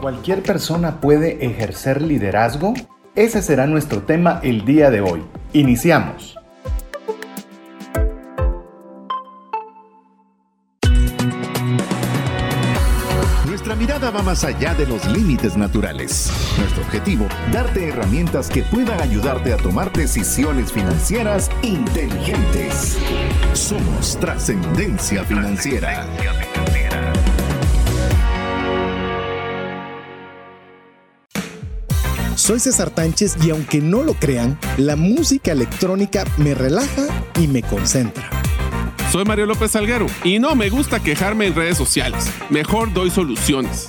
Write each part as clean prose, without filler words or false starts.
¿Cualquier persona puede ejercer liderazgo? Ese será nuestro tema el día de hoy. Iniciamos. Nuestra mirada va más allá de los límites naturales. Nuestro objetivo, darte herramientas que puedan ayudarte a tomar decisiones financieras inteligentes. Somos Trascendencia Financiera. Soy César Tánchez y aunque no lo crean, la música electrónica me relaja y me concentra. Soy Mario López Salguero y no me gusta quejarme en redes sociales. Mejor doy soluciones.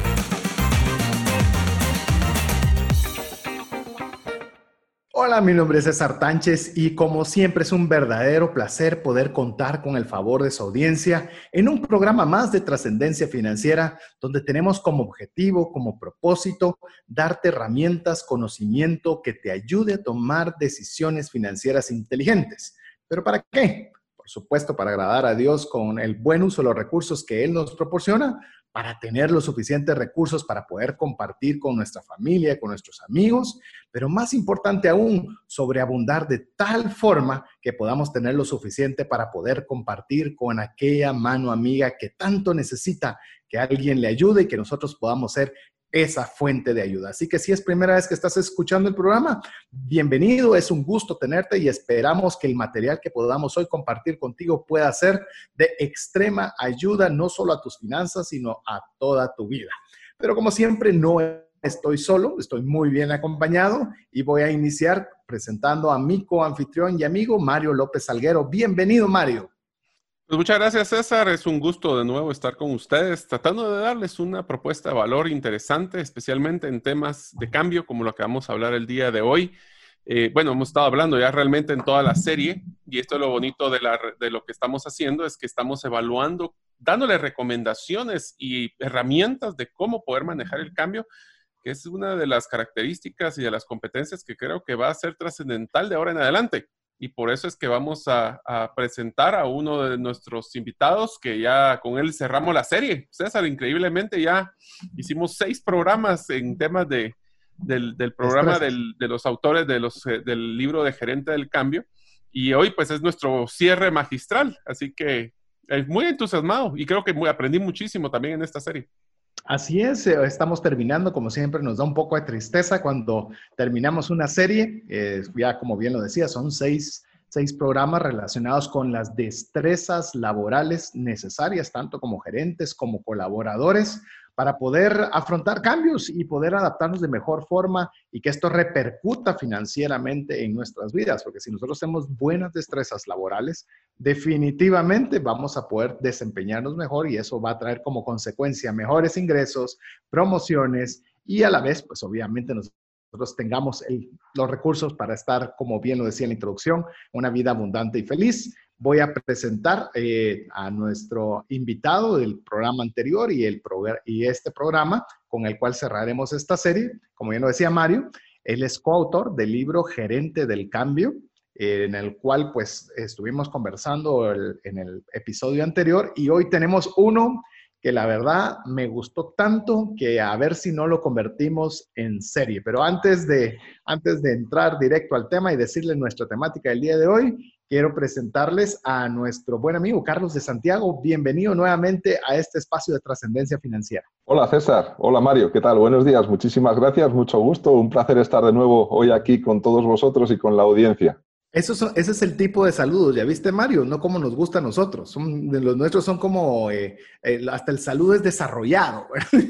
Hola, mi nombre es César Tánchez y como siempre es un verdadero placer poder contar con el favor de su audiencia en un programa más de Trascendencia Financiera donde tenemos como objetivo, como propósito, darte herramientas, conocimiento que te ayude a tomar decisiones financieras inteligentes. ¿Pero para qué? Por supuesto, para agradar a Dios con el buen uso de los recursos que Él nos proporciona, para tener los suficientes recursos para poder compartir con nuestra familia, con nuestros amigos, pero más importante aún, sobreabundar de tal forma que podamos tener lo suficiente para poder compartir con aquella mano amiga que tanto necesita que alguien le ayude y que nosotros podamos ser esa fuente de ayuda. Así que si es primera vez que estás escuchando el programa, bienvenido, es un gusto tenerte y esperamos que el material que podamos hoy compartir contigo pueda ser de extrema ayuda, no solo a tus finanzas, sino a toda tu vida. Pero como siempre, no estoy solo, estoy muy bien acompañado y voy a iniciar presentando a mi coanfitrión y amigo Mario López Salguero. Bienvenido, Mario. Pues muchas gracias, César. Es un gusto de nuevo estar con ustedes, tratando de darles una propuesta de valor interesante, especialmente en temas de cambio, como lo que vamos a hablar el día de hoy. Hemos estado hablando ya realmente en toda la serie, y esto es lo bonito de lo que estamos haciendo, es que estamos evaluando, dándole recomendaciones y herramientas de cómo poder manejar el cambio, que es una de las características y de las competencias que creo que va a ser trascendental de ahora en adelante. Y por eso es que vamos a presentar a uno de nuestros invitados, que ya con él cerramos la serie. César, increíblemente ya hicimos 6 programas en temas del programa de los autores del libro de Gerente del Cambio. Y hoy pues es nuestro cierre magistral. Así que muy entusiasmado y creo que aprendí muchísimo también en esta serie. Así es, estamos terminando, como siempre nos da un poco de tristeza cuando terminamos una serie, ya como bien lo decía, son 6 programas relacionados con las destrezas laborales necesarias, tanto como gerentes como colaboradores, para poder afrontar cambios y poder adaptarnos de mejor forma y que esto repercuta financieramente en nuestras vidas, porque si nosotros tenemos buenas destrezas laborales, definitivamente vamos a poder desempeñarnos mejor y eso va a traer como consecuencia mejores ingresos, promociones y a la vez, pues obviamente nosotros tengamos los recursos para estar, como bien lo decía en la introducción, una vida abundante y feliz. Voy a presentar a nuestro invitado del programa anterior y este programa con el cual cerraremos esta serie. Como bien lo decía Mario, él es coautor del libro Gerente del Cambio, en el cual pues estuvimos conversando en el episodio anterior y hoy tenemos uno que la verdad me gustó tanto que a ver si no lo convertimos en serie. Pero antes de entrar directo al tema y decirles nuestra temática del día de hoy, quiero presentarles a nuestro buen amigo Carlos de Santiago. Bienvenido nuevamente a este espacio de Trascendencia Financiera. Hola César, hola Mario, ¿qué tal? Buenos días, muchísimas gracias, mucho gusto, un placer estar de nuevo hoy aquí con todos vosotros y con la audiencia. Ese es el tipo de saludos, ¿ya viste, Mario? No como nos gusta a nosotros. Los nuestros son como, hasta el saludo es desarrollado.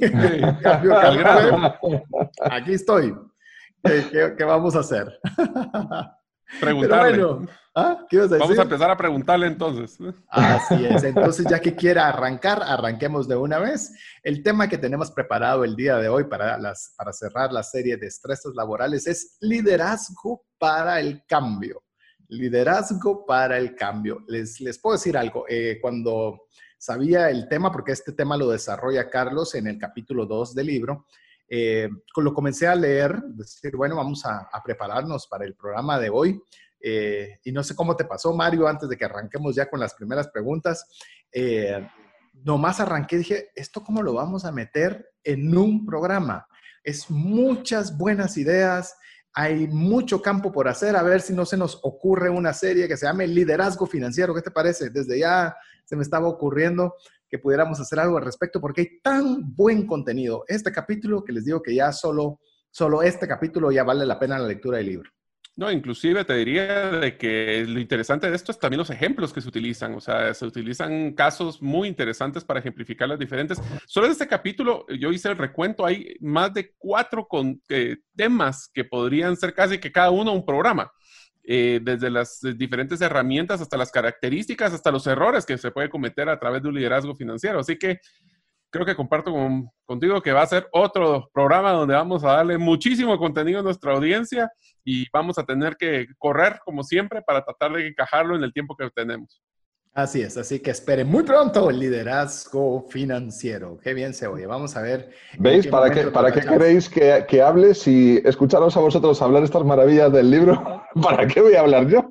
Aquí estoy. ¿Qué vamos a hacer? Preguntarle. Pero bueno, ¿qué ibas a decir? Vamos a empezar a preguntarle entonces. Así es. Entonces, ya que quiera arrancar, arranquemos de una vez. El tema que tenemos preparado el día de hoy para cerrar la serie de destrezas laborales es liderazgo para el cambio. Liderazgo para el cambio. Les puedo decir algo. Cuando sabía el tema, porque este tema lo desarrolla Carlos en el capítulo 2 del libro, lo comencé a leer, decir, bueno, vamos a prepararnos para el programa de hoy. Y no sé cómo te pasó, Mario, antes de que arranquemos ya con las primeras preguntas. nomás arranqué y dije, ¿esto cómo lo vamos a meter en un programa? Es muchas buenas ideas, hay mucho campo por hacer, a ver si no se nos ocurre una serie que se llame Liderazgo Financiero. ¿Qué te parece? Desde ya se me estaba ocurriendo que pudiéramos hacer algo al respecto porque hay tan buen contenido. Este capítulo que les digo que ya solo este capítulo ya vale la pena la lectura del libro. No, inclusive te diría de que lo interesante de esto es también los ejemplos que se utilizan. O sea, se utilizan casos muy interesantes para ejemplificar las diferentes. Solo en este capítulo, yo hice el recuento, hay más de 4 temas que podrían ser casi que cada uno un programa. Desde las diferentes herramientas hasta las características, hasta los errores que se puede cometer a través de un liderazgo financiero. Así que creo que comparto contigo que va a ser otro programa donde vamos a darle muchísimo contenido a nuestra audiencia y vamos a tener que correr, como siempre, para tratar de encajarlo en el tiempo que tenemos. Así es, así que esperen muy pronto el liderazgo financiero. Qué bien se oye. Vamos a ver. ¿Veis? ¿Para qué queréis que hable si escucharos a vosotros hablar estas maravillas del libro? ¿Para qué voy a hablar yo?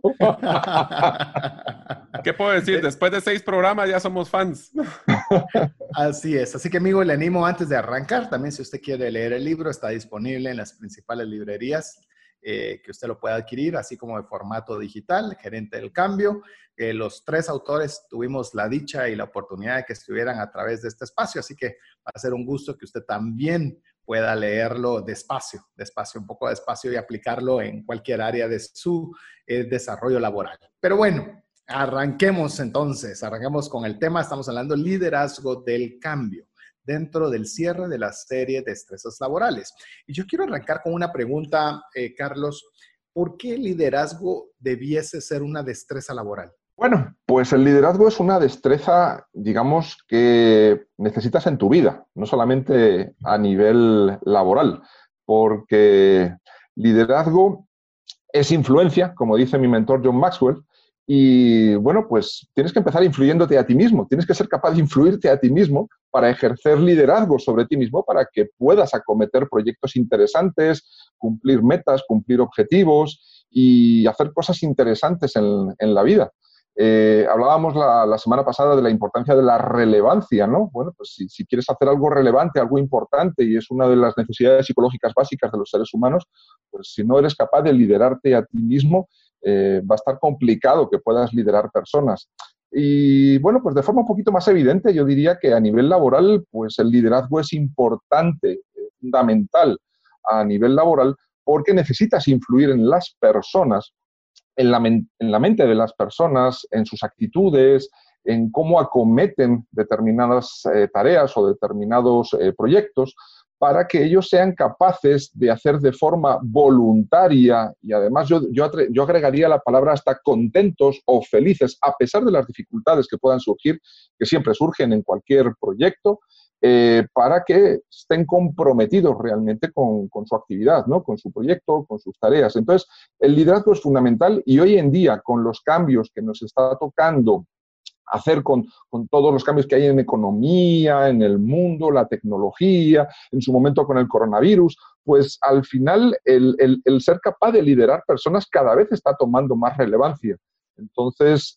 ¿Qué puedo decir? Después de 6 programas ya somos fans. Así es. Así que, amigo, le animo antes de arrancar. También, si usted quiere leer el libro, está disponible en las principales librerías que usted lo pueda adquirir, así como de formato digital, Gerente del Cambio. Los 3 autores tuvimos la dicha y la oportunidad de que estuvieran a través de este espacio, así que va a ser un gusto que usted también pueda leerlo despacio, un poco despacio y aplicarlo en cualquier área de su desarrollo laboral. Pero bueno, arranquemos entonces, arranquemos con el tema. Estamos hablando de liderazgo del cambio dentro del cierre de la serie de destrezas laborales. Y yo quiero arrancar con una pregunta, Carlos. ¿Por qué el liderazgo debiese ser una destreza laboral? Bueno, pues el liderazgo es una destreza, digamos, que necesitas en tu vida, no solamente a nivel laboral, porque liderazgo es influencia, como dice mi mentor John Maxwell, y bueno, pues tienes que empezar influyéndote a ti mismo, tienes que ser capaz de influirte a ti mismo para ejercer liderazgo sobre ti mismo, para que puedas acometer proyectos interesantes, cumplir metas, cumplir objetivos y hacer cosas interesantes en la vida. Hablábamos la semana pasada de la importancia de la relevancia, ¿no? Bueno, pues si quieres hacer algo relevante, algo importante, y es una de las necesidades psicológicas básicas de los seres humanos, pues si no eres capaz de liderarte a ti mismo, va a estar complicado que puedas liderar personas. Y bueno, pues de forma un poquito más evidente, yo diría que a nivel laboral, pues el liderazgo es importante, fundamental a nivel laboral, porque necesitas influir en las personas, en la mente de las personas, en sus actitudes, en cómo acometen determinadas tareas o determinados proyectos, para que ellos sean capaces de hacer de forma voluntaria y además yo agregaría la palabra hasta contentos o felices, a pesar de las dificultades que puedan surgir, que siempre surgen en cualquier proyecto, para que estén comprometidos realmente con su actividad, ¿no? Con su proyecto, con sus tareas. Entonces, el liderazgo es fundamental y hoy en día, con los cambios que nos está tocando hacer con todos los cambios que hay en economía, en el mundo, la tecnología, en su momento con el coronavirus, pues al final el ser capaz de liderar personas cada vez está tomando más relevancia. Entonces,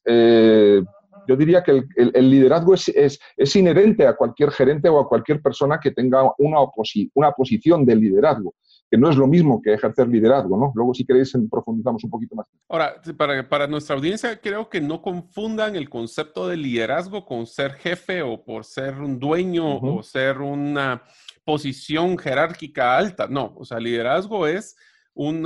yo diría que el liderazgo es inherente a cualquier gerente o a cualquier persona que tenga una posición de liderazgo, que no es lo mismo que ejercer liderazgo, ¿no? Luego, si queréis, profundizamos un poquito más. Ahora, para nuestra audiencia, creo que no confundan el concepto de liderazgo con ser jefe o por ser un dueño o ser una posición jerárquica alta. No, o sea, liderazgo es un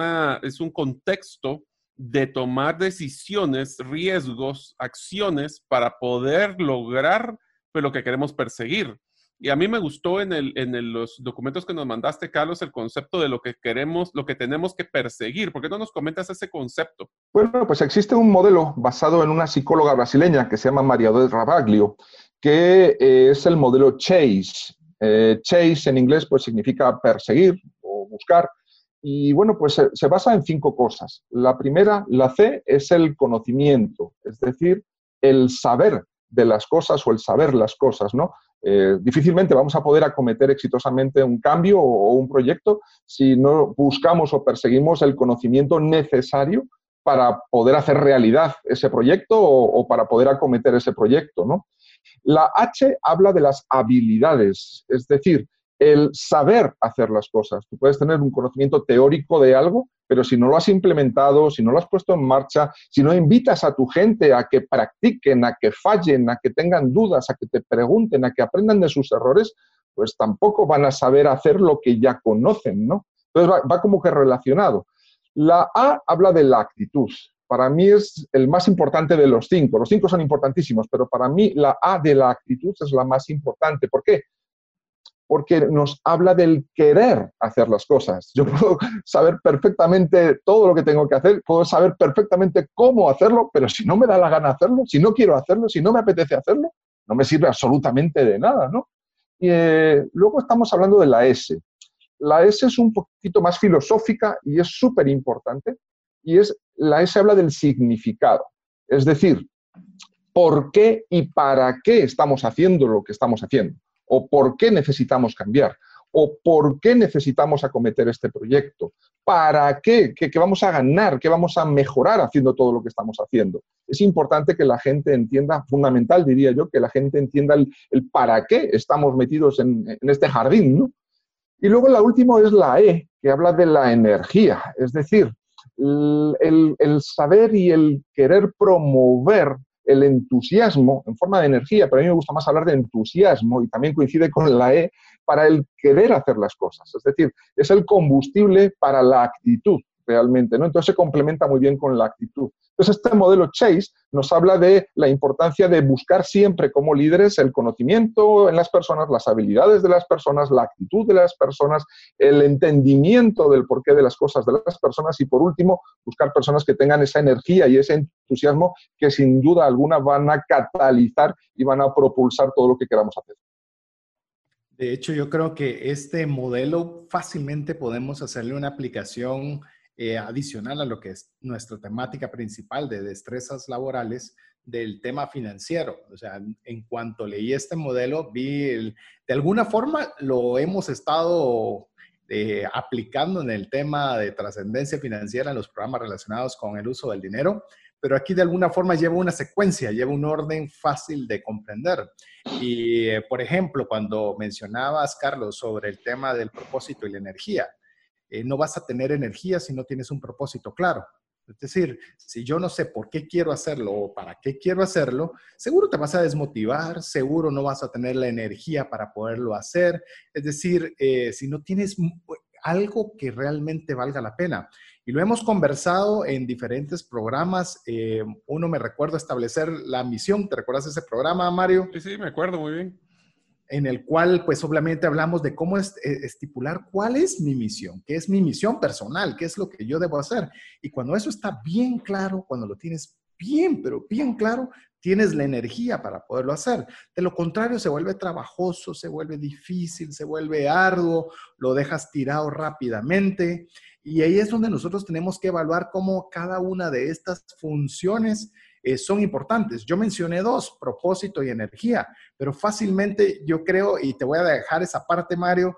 contexto de tomar decisiones, riesgos, acciones para poder lograr pues, lo que queremos perseguir. Y a mí me gustó en los documentos que nos mandaste, Carlos, el concepto de lo que queremos, lo que tenemos que perseguir. ¿Por qué no nos comentas ese concepto? Bueno, pues existe un modelo basado en una psicóloga brasileña que se llama Maria Odete Rabaglio, que es el modelo CHASE. CHASE en inglés pues significa perseguir o buscar. Y bueno, pues se basa en 5 cosas. La primera, la C, es el conocimiento, es decir, el saber de las cosas o el saber las cosas, ¿no? Difícilmente vamos a poder acometer exitosamente un cambio o un proyecto si no buscamos o perseguimos el conocimiento necesario para poder hacer realidad ese proyecto o para poder acometer ese proyecto, ¿no? La H habla de las habilidades, es decir, el saber hacer las cosas. Tú puedes tener un conocimiento teórico de algo, pero si no lo has implementado, si no lo has puesto en marcha, si no invitas a tu gente a que practiquen, a que fallen, a que tengan dudas, a que te pregunten, a que aprendan de sus errores, pues tampoco van a saber hacer lo que ya conocen, ¿no? Entonces va como que relacionado. La A habla de la actitud. Para mí es el más importante de los 5. Los 5 son importantísimos, pero para mí la A de la actitud es la más importante. ¿Por qué? Porque nos habla del querer hacer las cosas. Yo puedo saber perfectamente todo lo que tengo que hacer, puedo saber perfectamente cómo hacerlo, pero si no me da la gana hacerlo, si no quiero hacerlo, si no me apetece hacerlo, no me sirve absolutamente de nada, ¿no? Y luego estamos hablando de la S. La S es un poquito más filosófica y es súper importante, y la S habla del significado. Es decir, ¿por qué y para qué estamos haciendo lo que estamos haciendo? ¿O por qué necesitamos cambiar? ¿O por qué necesitamos acometer este proyecto? ¿Para qué? ¿Qué vamos a ganar? ¿Qué vamos a mejorar haciendo todo lo que estamos haciendo? Es importante que la gente entienda, fundamental diría yo, que la gente entienda el para qué estamos metidos en este jardín, ¿no? Y luego la última es la E, que habla de la energía, es decir, el saber y el querer promover el entusiasmo en forma de energía, pero a mí me gusta más hablar de entusiasmo y también coincide con la E para el querer hacer las cosas. Es decir, es el combustible para la actitud realmente, ¿no? Entonces se complementa muy bien con la actitud. Entonces este modelo Chase nos habla de la importancia de buscar siempre como líderes el conocimiento en las personas, las habilidades de las personas, la actitud de las personas, el entendimiento del porqué de las cosas de las personas y por último buscar personas que tengan esa energía y ese entusiasmo que sin duda alguna van a catalizar y van a propulsar todo lo que queramos hacer. De hecho, yo creo que este modelo fácilmente podemos hacerle una aplicación adicional a lo que es nuestra temática principal de destrezas laborales del tema financiero. O sea, en cuanto leí este modelo, de alguna forma lo hemos estado aplicando en el tema de trascendencia financiera en los programas relacionados con el uso del dinero, pero aquí de alguna forma lleva una secuencia, lleva un orden fácil de comprender. Y, por ejemplo, cuando mencionabas, Carlos, sobre el tema del propósito y la energía, no vas a tener energía si no tienes un propósito claro. Es decir, si yo no sé por qué quiero hacerlo o para qué quiero hacerlo, seguro te vas a desmotivar, seguro no vas a tener la energía para poderlo hacer. Es decir, si no tienes algo que realmente valga la pena. Y lo hemos conversado en diferentes programas. Uno me recuerdo establecer la misión. ¿Te recuerdas ese programa, Mario? Sí, me acuerdo muy bien. En el cual, pues, obviamente hablamos de cómo estipular cuál es mi misión, qué es mi misión personal, qué es lo que yo debo hacer. Y cuando eso está bien claro, cuando lo tienes bien, pero bien claro, tienes la energía para poderlo hacer. De lo contrario, se vuelve trabajoso, se vuelve difícil, se vuelve arduo, lo dejas tirado rápidamente. Y ahí es donde nosotros tenemos que evaluar cómo cada una de estas funciones son importantes. Yo mencioné dos, propósito y energía, pero fácilmente yo creo, y te voy a dejar esa parte, Mario,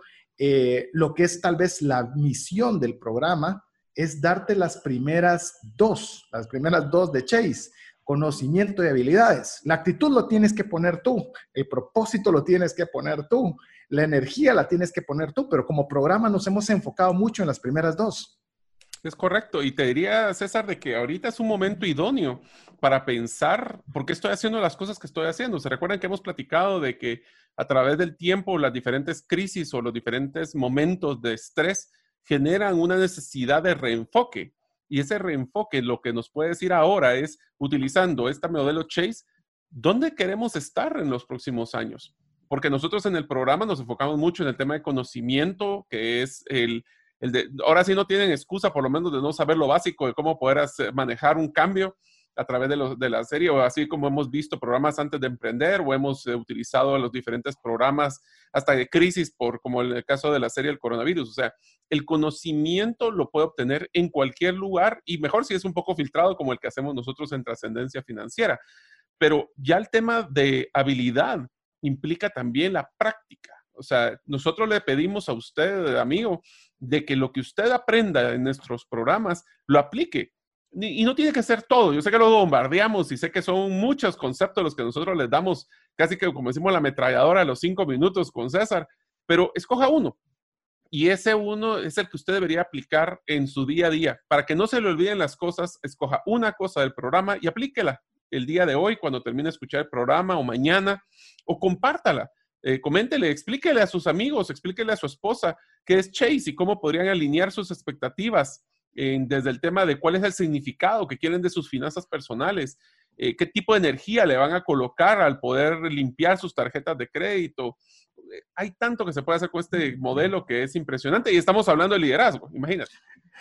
lo que es tal vez la misión del programa es darte las primeras dos de Chase, conocimiento y habilidades. La actitud lo tienes que poner tú, el propósito lo tienes que poner tú, la energía la tienes que poner tú, pero como programa nos hemos enfocado mucho en las primeras dos. Es correcto. Y te diría, César, de que ahorita es un momento idóneo para pensar por qué estoy haciendo las cosas que estoy haciendo. ¿Se recuerdan que hemos platicado de que a través del tiempo las diferentes crisis o los diferentes momentos de estrés generan una necesidad de reenfoque? Y ese reenfoque lo que nos puede decir ahora es, utilizando este modelo Chase, ¿dónde queremos estar en los próximos años? Porque nosotros en el programa nos enfocamos mucho en el tema de conocimiento, que es ahora sí no tienen excusa, por lo menos, de no saber lo básico de cómo poder manejar un cambio a través de la serie, o así como hemos visto programas antes de emprender, o hemos utilizado los diferentes programas hasta de crisis, como en el caso de la serie del coronavirus. O sea, el conocimiento lo puede obtener en cualquier lugar, y mejor si es un poco filtrado, como el que hacemos nosotros en Trascendencia Financiera. Pero ya el tema de habilidad implica también la práctica. O sea, nosotros le pedimos a usted, amigo, de que lo que usted aprenda en nuestros programas lo aplique. Y no tiene que ser todo. Yo sé que lo bombardeamos y sé que son muchos conceptos los que nosotros les damos casi que como decimos la ametralladora de los 5 minutos con César, pero escoja uno. Y ese uno es el que usted debería aplicar en su día a día. Para que no se le olviden las cosas, escoja una cosa del programa y aplíquela el día de hoy, cuando termine de escuchar el programa, o mañana, o compártala. Coméntele, explíquele a sus amigos, explíquele a su esposa qué es Chase y cómo podrían alinear sus expectativas desde el tema de cuál es el significado que quieren de sus finanzas personales, qué tipo de energía le van a colocar al poder limpiar sus tarjetas de crédito. Hay tanto que se puede hacer con este modelo que es impresionante, y estamos hablando de liderazgo, imagínate.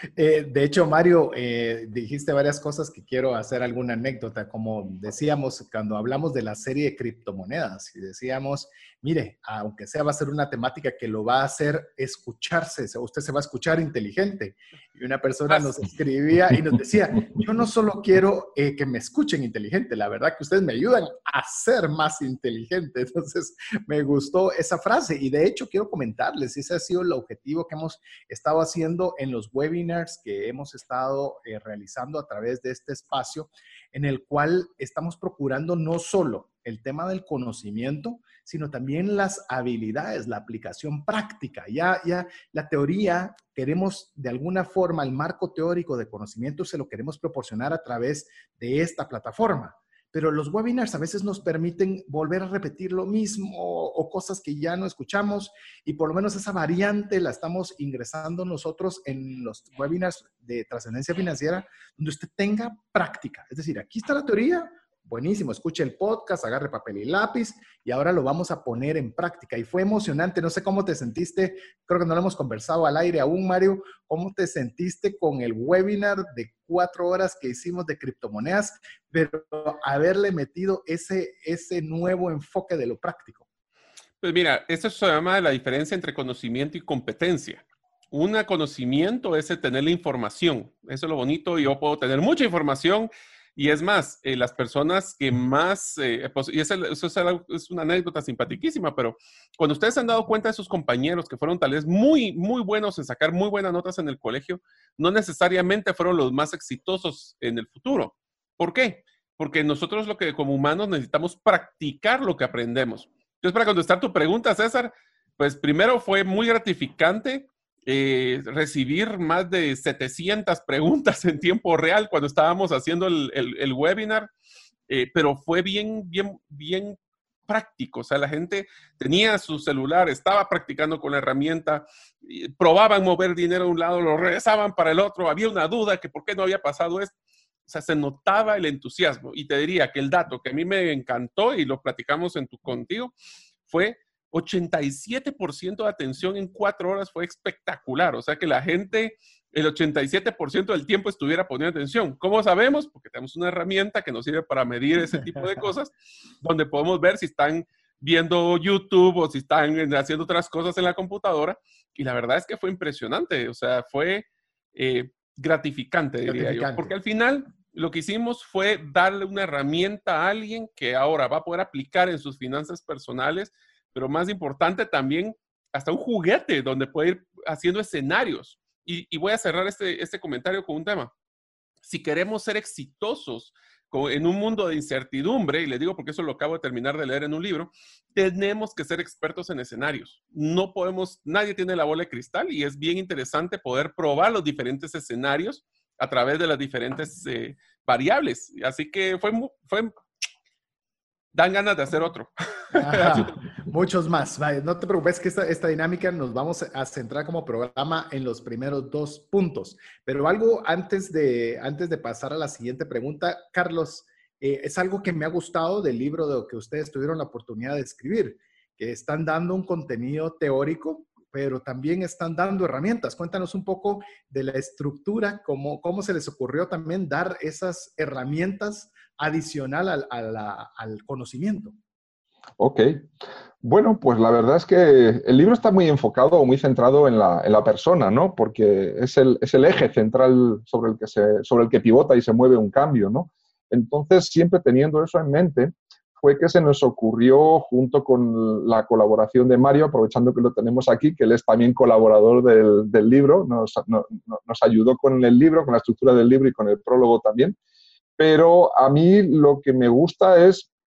De hecho, Mario, dijiste varias cosas que quiero hacer alguna anécdota. Como decíamos, cuando hablamos de la serie de criptomonedas, y decíamos, mire, aunque sea, va a ser una temática que lo va a hacer escucharse, usted se va a escuchar inteligente. Y una persona nos escribía y nos decía, yo no solo quiero que me escuchen inteligente, la verdad que ustedes me ayudan a ser más inteligente. Entonces, me gustó esa frase, y de hecho quiero comentarles, ese ha sido el objetivo que hemos estado haciendo en los webinars que hemos estado realizando a través de este espacio, en el cual estamos procurando no solo el tema del conocimiento, sino también las habilidades, la aplicación práctica. Ya la teoría, queremos de alguna forma el marco teórico de conocimiento se lo queremos proporcionar a través de esta plataforma. Pero los webinars a veces nos permiten volver a repetir lo mismo o cosas que ya no escuchamos, y por lo menos esa variante la estamos ingresando nosotros en los webinars de trascendencia financiera, donde usted tenga práctica. Es decir, aquí está la teoría, buenísimo, escuche el podcast, agarre papel y lápiz, y ahora lo vamos a poner en práctica. Y fue emocionante, no sé cómo te sentiste, creo que no lo hemos conversado al aire aún, Mario, ¿cómo te sentiste con el webinar de 4 horas que hicimos de criptomonedas, pero haberle metido ese nuevo enfoque de lo práctico? Pues mira, esto se llama la diferencia entre conocimiento y competencia. Un conocimiento es el tener la información, eso es lo bonito. Yo puedo tener mucha información. Y es más, las personas que más, y eso es una anécdota simpaticísima, pero cuando ustedes se han dado cuenta de sus compañeros que fueron tal vez muy, muy buenos en sacar muy buenas notas en el colegio, no necesariamente fueron los más exitosos en el futuro. ¿Por qué? Porque nosotros como humanos necesitamos practicar lo que aprendemos. Entonces, para contestar tu pregunta, César, pues primero fue muy gratificante recibir más de 700 preguntas en tiempo real cuando estábamos haciendo el webinar, pero fue bien práctico. O sea, la gente tenía su celular, estaba practicando con la herramienta, probaban mover dinero de un lado, lo regresaban para el otro, había una duda que por qué no había pasado esto. O sea, se notaba el entusiasmo. Y te diría que el dato que a mí me encantó, y lo platicamos contigo, fue 87% de atención en 4 horas. Fue espectacular. O sea que la gente, el 87% del tiempo estuviera poniendo atención. ¿Cómo sabemos? Porque tenemos una herramienta que nos sirve para medir ese tipo de cosas, donde podemos ver si están viendo YouTube o si están haciendo otras cosas en la computadora. Y la verdad es que fue impresionante. O sea, fue gratificante, diría yo. Porque al final lo que hicimos fue darle una herramienta a alguien que ahora va a poder aplicar en sus finanzas personales, pero más importante también, hasta un juguete donde puede ir haciendo escenarios. Y voy a cerrar este comentario con un tema. Si queremos ser exitosos en un mundo de incertidumbre, y les digo porque eso lo acabo de terminar de leer en un libro, tenemos que ser expertos en escenarios. No podemos, nadie tiene la bola de cristal, y es bien interesante poder probar los diferentes escenarios a través de las diferentes variables. Así que dan ganas de hacer otro. Muchos más. Vale, no te preocupes que esta dinámica nos vamos a centrar como programa en los primeros 2 puntos. Pero algo antes de pasar a la siguiente pregunta, Carlos, es algo que me ha gustado del libro de lo que ustedes tuvieron la oportunidad de escribir, que están dando un contenido teórico, pero también están dando herramientas. Cuéntanos un poco de la estructura, cómo se les ocurrió también dar esas herramientas adicional al conocimiento. Ok. Bueno, pues la verdad es que el libro está muy enfocado o muy centrado en la persona, ¿no? Porque es el eje central sobre el que pivota y se mueve un cambio, ¿no? Entonces, siempre teniendo eso en mente, fue que se nos ocurrió, junto con la colaboración de Mario, aprovechando que lo tenemos aquí, que él es también colaborador del libro, nos ayudó con el libro, con la estructura del libro y con el prólogo también. Pero a mí lo que me gusta es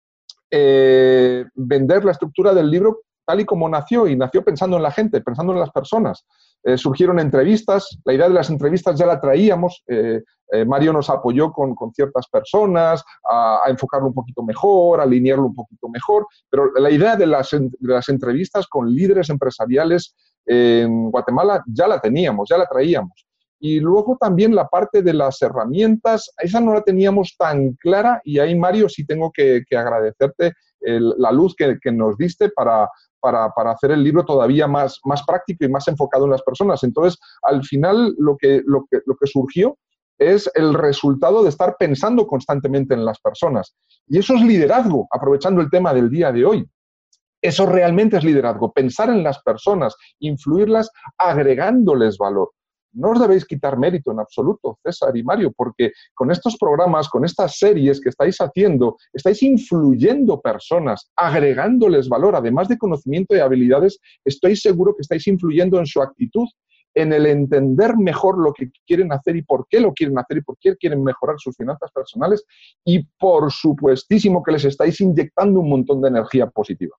vender la estructura del libro tal y como nació, y nació pensando en la gente, pensando en las personas. Surgieron entrevistas, la idea de las entrevistas ya la traíamos, Mario nos apoyó con ciertas personas a enfocarlo un poquito mejor, a alinearlo un poquito mejor, pero la idea de las entrevistas con líderes empresariales en Guatemala ya la teníamos, ya la traíamos. Y luego también la parte de las herramientas, esa no la teníamos tan clara, y ahí, Mario, sí tengo que agradecerte la luz que nos diste para hacer el libro todavía más práctico y más enfocado en las personas. Entonces, al final, lo que surgió es el resultado de estar pensando constantemente en las personas. Y eso es liderazgo, aprovechando el tema del día de hoy. Eso realmente es liderazgo, pensar en las personas, influirlas, agregándoles valor. No os debéis quitar mérito en absoluto, César y Mario, porque con estos programas, con estas series que estáis haciendo, estáis influyendo personas, agregándoles valor, además de conocimiento y habilidades, estoy seguro que estáis influyendo en su actitud, en el entender mejor lo que quieren hacer y por qué lo quieren hacer y por qué quieren mejorar sus finanzas personales, y por supuestísimo que les estáis inyectando un montón de energía positiva.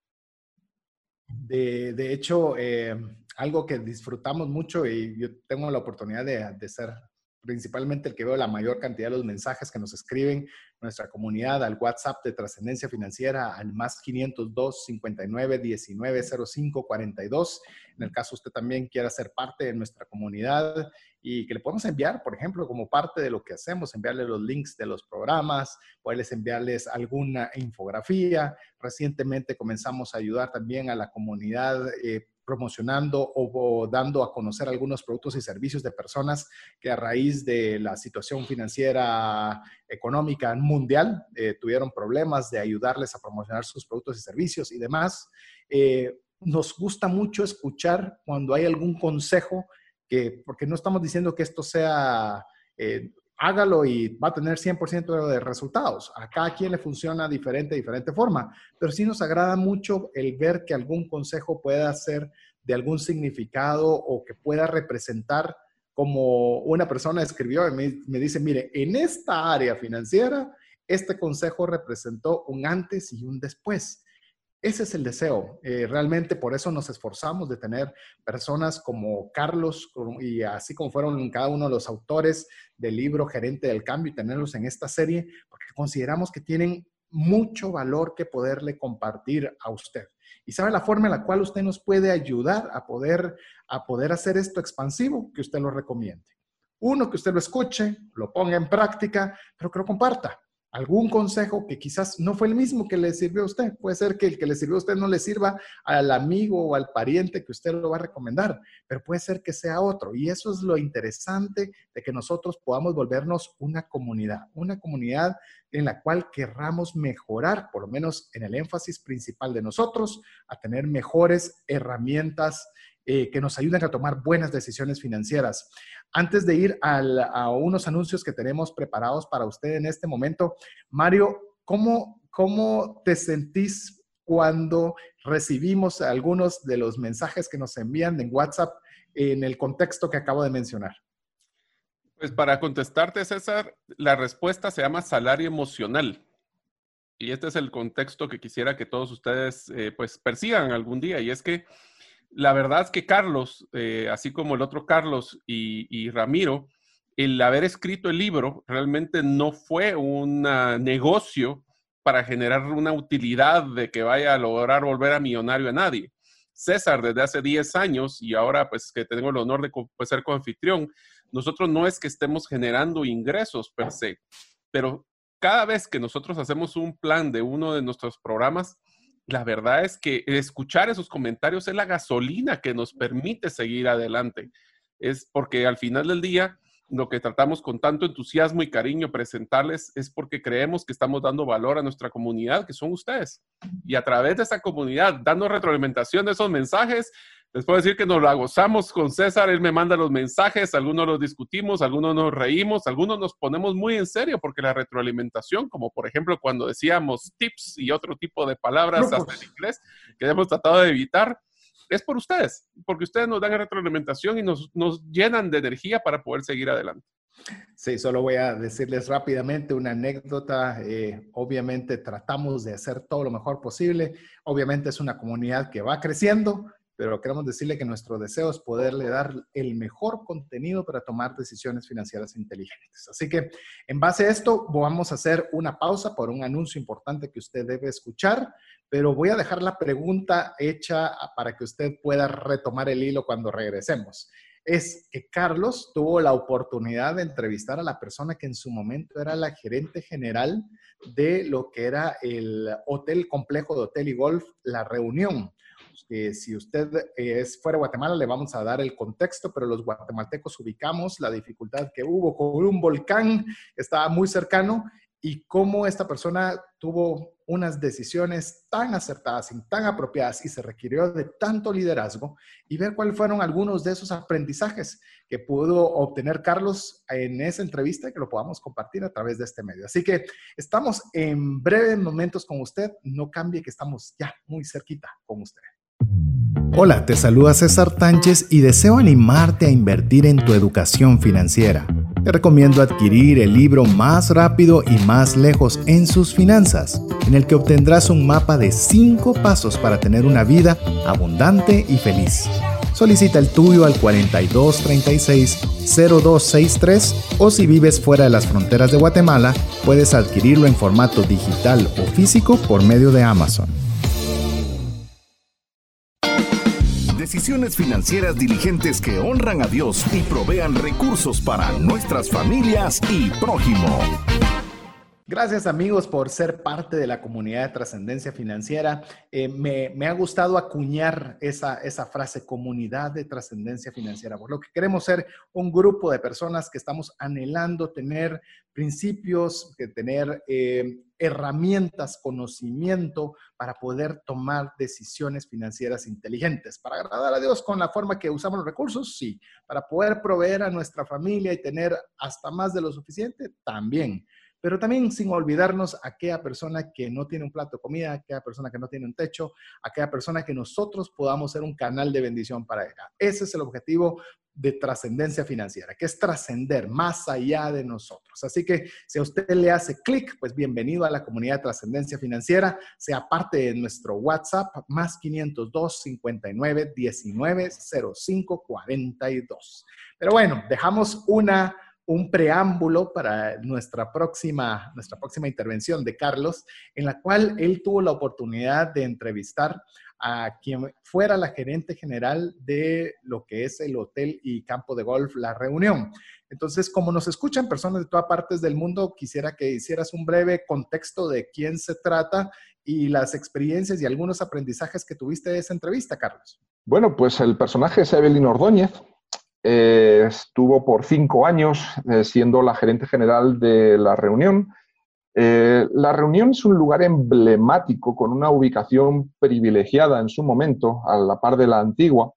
De hecho, algo que disfrutamos mucho, y yo tengo la oportunidad de ser principalmente el que veo la mayor cantidad de los mensajes que nos escriben nuestra comunidad al WhatsApp de Trascendencia Financiera, al más 502 59 19 05 42. En el caso usted también quiera ser parte de nuestra comunidad y que le podemos enviar, por ejemplo, como parte de lo que hacemos, enviarle los links de los programas, poderles enviarles alguna infografía. Recientemente comenzamos a ayudar también a la comunidad promocionando o dando a conocer algunos productos y servicios de personas que a raíz de la situación financiera económica mundial tuvieron problemas, de ayudarles a promocionar sus productos y servicios y demás. Nos gusta mucho escuchar cuando hay algún consejo, porque no estamos diciendo que esto sea hágalo y va a tener 100% de resultados. A cada quien le funciona de diferente forma, pero sí nos agrada mucho el ver que algún consejo pueda ser de algún significado o que pueda representar, como una persona escribió y me dice, mire, en esta área financiera, este consejo representó un antes y un después. Ese es el deseo. Realmente por eso nos esforzamos de tener personas como Carlos y así como fueron cada uno de los autores del libro Gerente del Cambio, y tenerlos en esta serie porque consideramos que tienen mucho valor que poderle compartir a usted. Y sabe la forma en la cual usted nos puede ayudar a poder hacer esto expansivo, que usted lo recomiende. Uno, que usted lo escuche, lo ponga en práctica, pero que lo comparta. Algún consejo que quizás no fue el mismo que le sirvió a usted. Puede ser que el que le sirvió a usted no le sirva al amigo o al pariente que usted lo va a recomendar, pero puede ser que sea otro. Y eso es lo interesante de que nosotros podamos volvernos una comunidad en la cual querramos mejorar, por lo menos en el énfasis principal de nosotros, a tener mejores herramientas que nos ayuden a tomar buenas decisiones financieras. Antes de ir a unos anuncios que tenemos preparados para usted en este momento, Mario, ¿cómo te sentís cuando recibimos algunos de los mensajes que nos envían en WhatsApp en el contexto que acabo de mencionar? Pues para contestarte, César, la respuesta se llama salario emocional. Y este es el contexto que quisiera que todos ustedes pues persigan algún día. Y es que la verdad es que Carlos, así como el otro Carlos y Ramiro, el haber escrito el libro realmente no fue un negocio para generar una utilidad de que vaya a lograr volver a millonario a nadie. César, desde hace 10 años, y ahora pues que tengo el honor de ser coanfitrión, nosotros no es que estemos generando ingresos per se, pero cada vez que nosotros hacemos un plan de uno de nuestros programas, la verdad es que escuchar esos comentarios es la gasolina que nos permite seguir adelante. Es porque al final del día, lo que tratamos con tanto entusiasmo y cariño presentarles es porque creemos que estamos dando valor a nuestra comunidad, que son ustedes. Y a través de esa comunidad, dando retroalimentación de esos mensajes, les puedo decir que nos la gozamos con César. Él me manda los mensajes, algunos los discutimos, algunos nos reímos, algunos nos ponemos muy en serio porque la retroalimentación, como por ejemplo cuando decíamos tips y otro tipo de palabras hasta en inglés que hemos tratado de evitar, es por ustedes, porque ustedes nos dan retroalimentación y nos llenan de energía para poder seguir adelante. Sí, solo voy a decirles rápidamente una anécdota. Obviamente tratamos de hacer todo lo mejor posible. Obviamente es una comunidad que va creciendo, pero queremos decirle que nuestro deseo es poderle dar el mejor contenido para tomar decisiones financieras inteligentes. Así que en base a esto vamos a hacer una pausa por un anuncio importante que usted debe escuchar, pero voy a dejar la pregunta hecha para que usted pueda retomar el hilo cuando regresemos. Es que Carlos tuvo la oportunidad de entrevistar a la persona que en su momento era la gerente general de lo que era el complejo de hotel y golf La Reunión. Si usted es fuera de Guatemala, le vamos a dar el contexto, pero los guatemaltecos ubicamos la dificultad que hubo con un volcán que estaba muy cercano y cómo esta persona tuvo unas decisiones tan acertadas y tan apropiadas y se requirió de tanto liderazgo, y ver cuáles fueron algunos de esos aprendizajes que pudo obtener Carlos en esa entrevista, que lo podamos compartir a través de este medio. Así que estamos en breves momentos con usted. No cambie, que estamos ya muy cerquita con usted. Hola, te saluda César Tánchez y deseo animarte a invertir en tu educación financiera. Te recomiendo adquirir el libro Más rápido y más lejos en sus finanzas, en el que obtendrás un mapa de 5 pasos para tener una vida abundante y feliz. Solicita el tuyo al 4236-0263 o si vives fuera de las fronteras de Guatemala, puedes adquirirlo en formato digital o físico por medio de Amazon. Decisiones financieras diligentes que honran a Dios y provean recursos para nuestras familias y prójimo. Gracias, amigos, por ser parte de la comunidad de Trascendencia Financiera. Me ha gustado acuñar esa frase, comunidad de Trascendencia Financiera, por lo que queremos ser un grupo de personas que estamos anhelando tener principios, tener herramientas, conocimiento para poder tomar decisiones financieras inteligentes. Para agradar a Dios con la forma que usamos los recursos, sí. Para poder proveer a nuestra familia y tener hasta más de lo suficiente, también. Pero también sin olvidarnos a aquella persona que no tiene un plato de comida, a aquella persona que no tiene un techo, a aquella persona que nosotros podamos ser un canal de bendición para ella. Ese es el objetivo de Trascendencia Financiera, que es trascender más allá de nosotros. Así que si a usted le hace clic, pues bienvenido a la comunidad de Trascendencia Financiera, sea parte de nuestro WhatsApp, más 502 59 19 05 42. Pero bueno, dejamos un preámbulo para nuestra próxima intervención de Carlos, en la cual él tuvo la oportunidad de entrevistar a quien fuera la gerente general de lo que es el hotel y campo de golf La Reunión. Entonces, como nos escuchan personas de todas partes del mundo, quisiera que hicieras un breve contexto de quién se trata y las experiencias y algunos aprendizajes que tuviste de esa entrevista, Carlos. Bueno, pues el personaje es Evelyn Ordóñez. Estuvo por 5 años siendo la gerente general de La Reunión. La Reunión es un lugar emblemático con una ubicación privilegiada en su momento, a la par de la Antigua.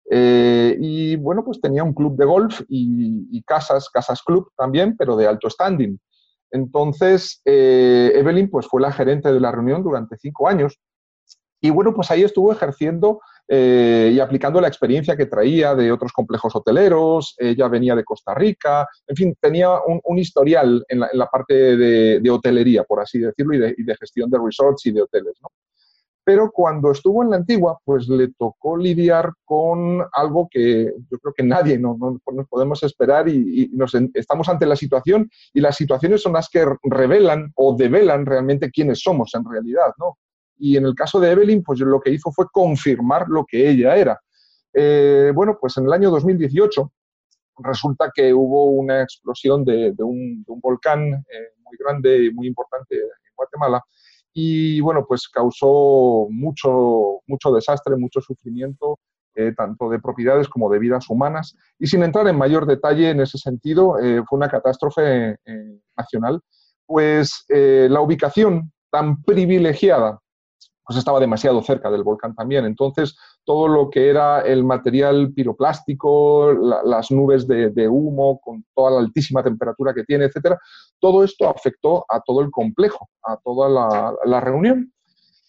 Y bueno, pues tenía un club de golf y casas club también, pero de alto standing. Entonces, Evelyn pues fue la gerente de La Reunión durante 5 años. Y bueno, pues ahí estuvo ejerciendo y aplicando la experiencia que traía de otros complejos hoteleros. Ella venía de Costa Rica, en fin, tenía un historial en la parte de hotelería, por así decirlo, y de gestión de resorts y de hoteles, ¿no? Pero cuando estuvo en la Antigua, pues le tocó lidiar con algo que yo creo que nadie nos podemos esperar y estamos ante la situación, y las situaciones son las que revelan o develan realmente quiénes somos en realidad, ¿no? Y en el caso de Evelyn, pues lo que hizo fue confirmar lo que ella era. Bueno, pues en el año 2018 resulta que hubo una explosión de un volcán muy grande y muy importante en Guatemala, y bueno, pues causó mucho desastre, mucho sufrimiento, tanto de propiedades como de vidas humanas. Y sin entrar en mayor detalle en ese sentido, fue una catástrofe nacional, pues la ubicación tan privilegiada pues estaba demasiado cerca del volcán también. Entonces, todo lo que era el material piroplástico, las nubes de humo, con toda la altísima temperatura que tiene, etcétera, todo esto afectó a todo el complejo, a toda la reunión.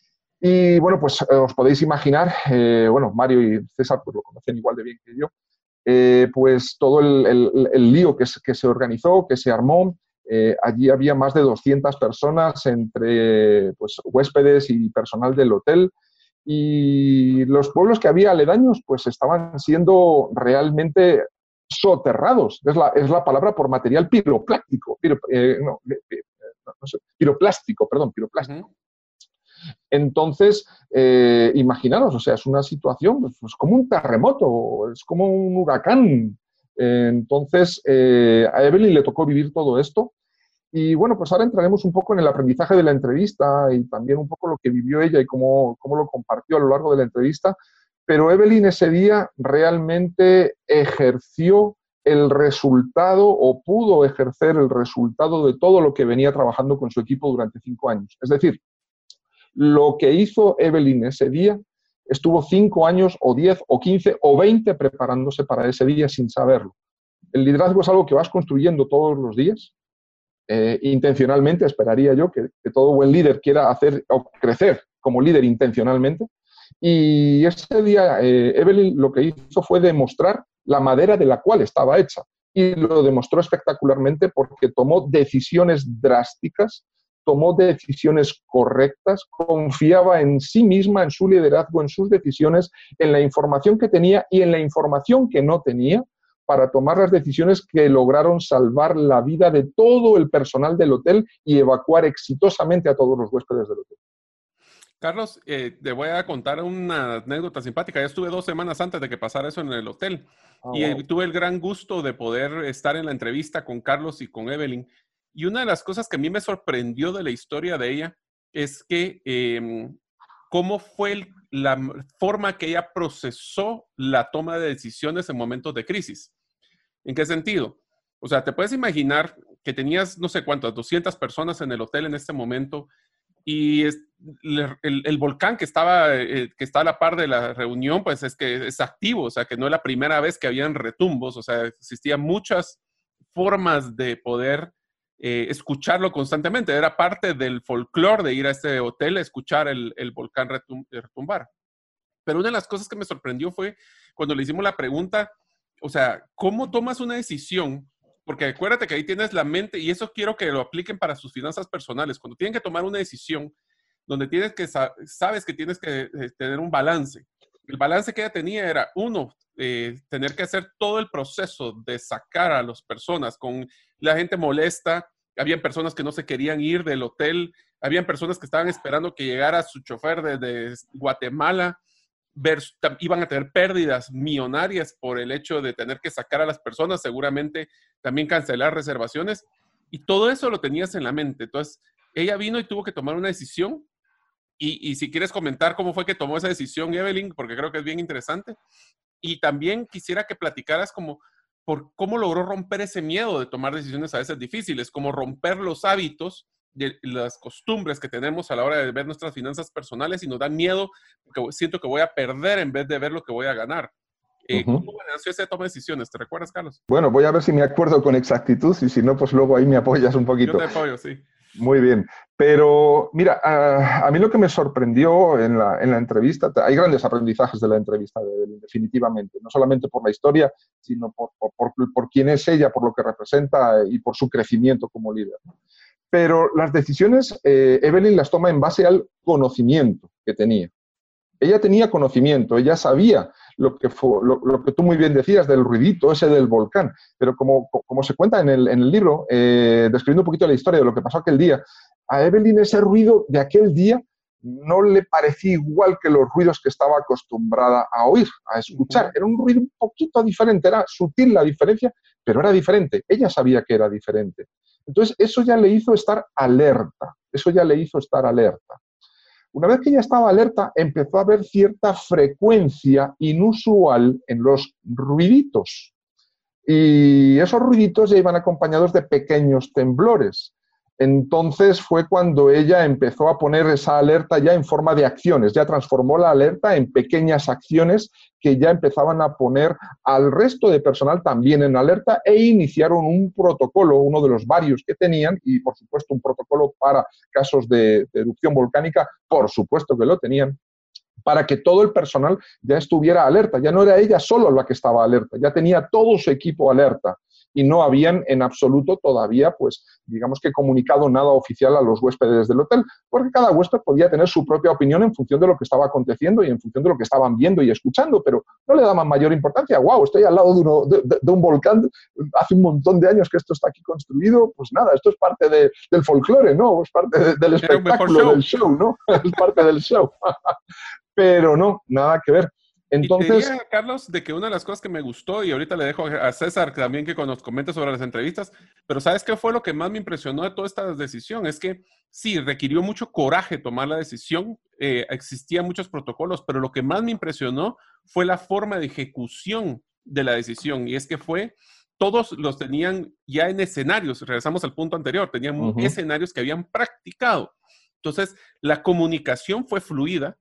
Y bueno, pues os podéis imaginar, bueno, Mario y César pues lo conocen igual de bien que yo, pues todo el lío que se organizó, que se armó. Allí había más de 200 personas entre pues, huéspedes y personal del hotel, y los pueblos que había aledaños pues estaban siendo realmente soterrados. Es la palabra por material piroplástico. Piroplástico. Ujú. Entonces, imaginaros, o sea, es una situación pues, como un terremoto, es como un huracán. Entonces, a Evelyn le tocó vivir todo esto. Y bueno, pues ahora entraremos un poco en el aprendizaje de la entrevista y también un poco lo que vivió ella y cómo lo compartió a lo largo de la entrevista. Pero Evelyn ese día realmente ejerció el resultado o pudo ejercer el resultado de todo lo que venía trabajando con su equipo durante 5 años. Es decir, lo que hizo Evelyn ese día, estuvo 5 años o 10 o 15 o 20 preparándose para ese día sin saberlo. El liderazgo es algo que vas construyendo todos los días. Intencionalmente, esperaría yo que todo buen líder quiera hacer o crecer como líder intencionalmente. Y ese día Evelyn lo que hizo fue demostrar la madera de la cual estaba hecha. Y lo demostró espectacularmente porque tomó decisiones drásticas, tomó decisiones correctas, confiaba en sí misma, en su liderazgo, en sus decisiones, en la información que tenía y en la información que no tenía, para tomar las decisiones que lograron salvar la vida de todo el personal del hotel y evacuar exitosamente a todos los huéspedes del hotel. Carlos, te voy a contar una anécdota simpática. Ya estuve 2 semanas antes de que pasara eso en el hotel y tuve el gran gusto de poder estar en la entrevista con Carlos y con Evelyn. Y una de las cosas que a mí me sorprendió de la historia de ella es que cómo fue la forma que ella procesó la toma de decisiones en momentos de crisis. ¿En qué sentido? O sea, te puedes imaginar que tenías no sé cuántas, 200 personas en el hotel en este momento y el volcán que está a la par de la reunión, pues es que es activo, o sea, que no es la primera vez que habían retumbos, o sea, existían muchas formas de poder escucharlo constantemente. Era parte del folclore de ir a este hotel a escuchar el volcán retumbar. Pero una de las cosas que me sorprendió fue cuando le hicimos la pregunta, o sea, ¿cómo tomas una decisión? Porque acuérdate que ahí tienes la mente, y eso quiero que lo apliquen para sus finanzas personales. Cuando tienen que tomar una decisión, donde tienes que sabes que tienes que tener un balance. El balance que ella tenía era, uno, tener que hacer todo el proceso de sacar a las personas con la gente molesta. Habían personas que no se querían ir del hotel. Habían personas que estaban esperando que llegara su chofer desde Guatemala. Iban a tener pérdidas millonarias por el hecho de tener que sacar a las personas, seguramente también cancelar reservaciones, y todo eso lo tenías en la mente. Entonces, ella vino y tuvo que tomar una decisión, y si quieres comentar cómo fue que tomó esa decisión, Evelyn, porque creo que es bien interesante, y también quisiera que platicaras como por cómo logró romper ese miedo de tomar decisiones a veces difíciles, como romper los hábitos de las costumbres que tenemos a la hora de ver nuestras finanzas personales y nos da miedo porque siento que voy a perder en vez de ver lo que voy a ganar. ¿Cómo nació esa toma de decisiones? ¿Te recuerdas, Carlos? Bueno, voy a ver si me acuerdo con exactitud y si no, pues luego ahí me apoyas un poquito. Yo te apoyo, sí. Muy bien. Pero mira, a mí lo que me sorprendió en la entrevista, hay grandes aprendizajes de la entrevista de Evelyn, definitivamente, no solamente por la historia, sino por quién es ella, por lo que representa y por su crecimiento como líder. Pero las decisiones Evelyn las toma en base al conocimiento que tenía. Ella tenía conocimiento, ella sabía lo que tú muy bien decías del ruidito ese del volcán, pero como se cuenta en el libro, describiendo un poquito la historia de lo que pasó aquel día, a Evelyn ese ruido de aquel día no le parecía igual que los ruidos que estaba acostumbrada a oír, a escuchar. Era un ruido un poquito diferente, era sutil la diferencia, pero era diferente. Ella sabía que era diferente. Entonces, eso ya le hizo estar alerta. Una vez que ella estaba alerta, empezó a haber cierta frecuencia inusual en los ruiditos. Y esos ruiditos ya iban acompañados de pequeños temblores. Entonces fue cuando ella empezó a poner esa alerta ya en forma de acciones, ya transformó la alerta en pequeñas acciones que ya empezaban a poner al resto de personal también en alerta e iniciaron un protocolo, uno de los varios que tenían, y por supuesto un protocolo para casos de erupción volcánica, por supuesto que lo tenían, para que todo el personal ya estuviera alerta. Ya no era ella solo la que estaba alerta, ya tenía todo su equipo alerta. Y no habían en absoluto todavía, pues, digamos que comunicado nada oficial a los huéspedes del hotel, porque cada huésped podía tener su propia opinión en función de lo que estaba aconteciendo y en función de lo que estaban viendo y escuchando, pero no le daban mayor importancia. ¡Wow! Estoy al lado de un volcán, hace un montón de años que esto está aquí construido, pues nada, esto es parte del folclore, ¿no? Es parte del espectáculo, del show, ¿no? Es parte del show. Pero no, nada que ver. Entonces, y te diría, Carlos, de que una de las cosas que me gustó, y ahorita le dejo a César también que nos comente sobre las entrevistas, pero ¿sabes qué fue lo que más me impresionó de toda esta decisión? Es que sí, requirió mucho coraje tomar la decisión, existían muchos protocolos, pero lo que más me impresionó fue la forma de ejecución de la decisión, y es que todos los tenían ya en escenarios, regresamos al punto anterior, tenían escenarios que habían practicado. Entonces, la comunicación fue fluida.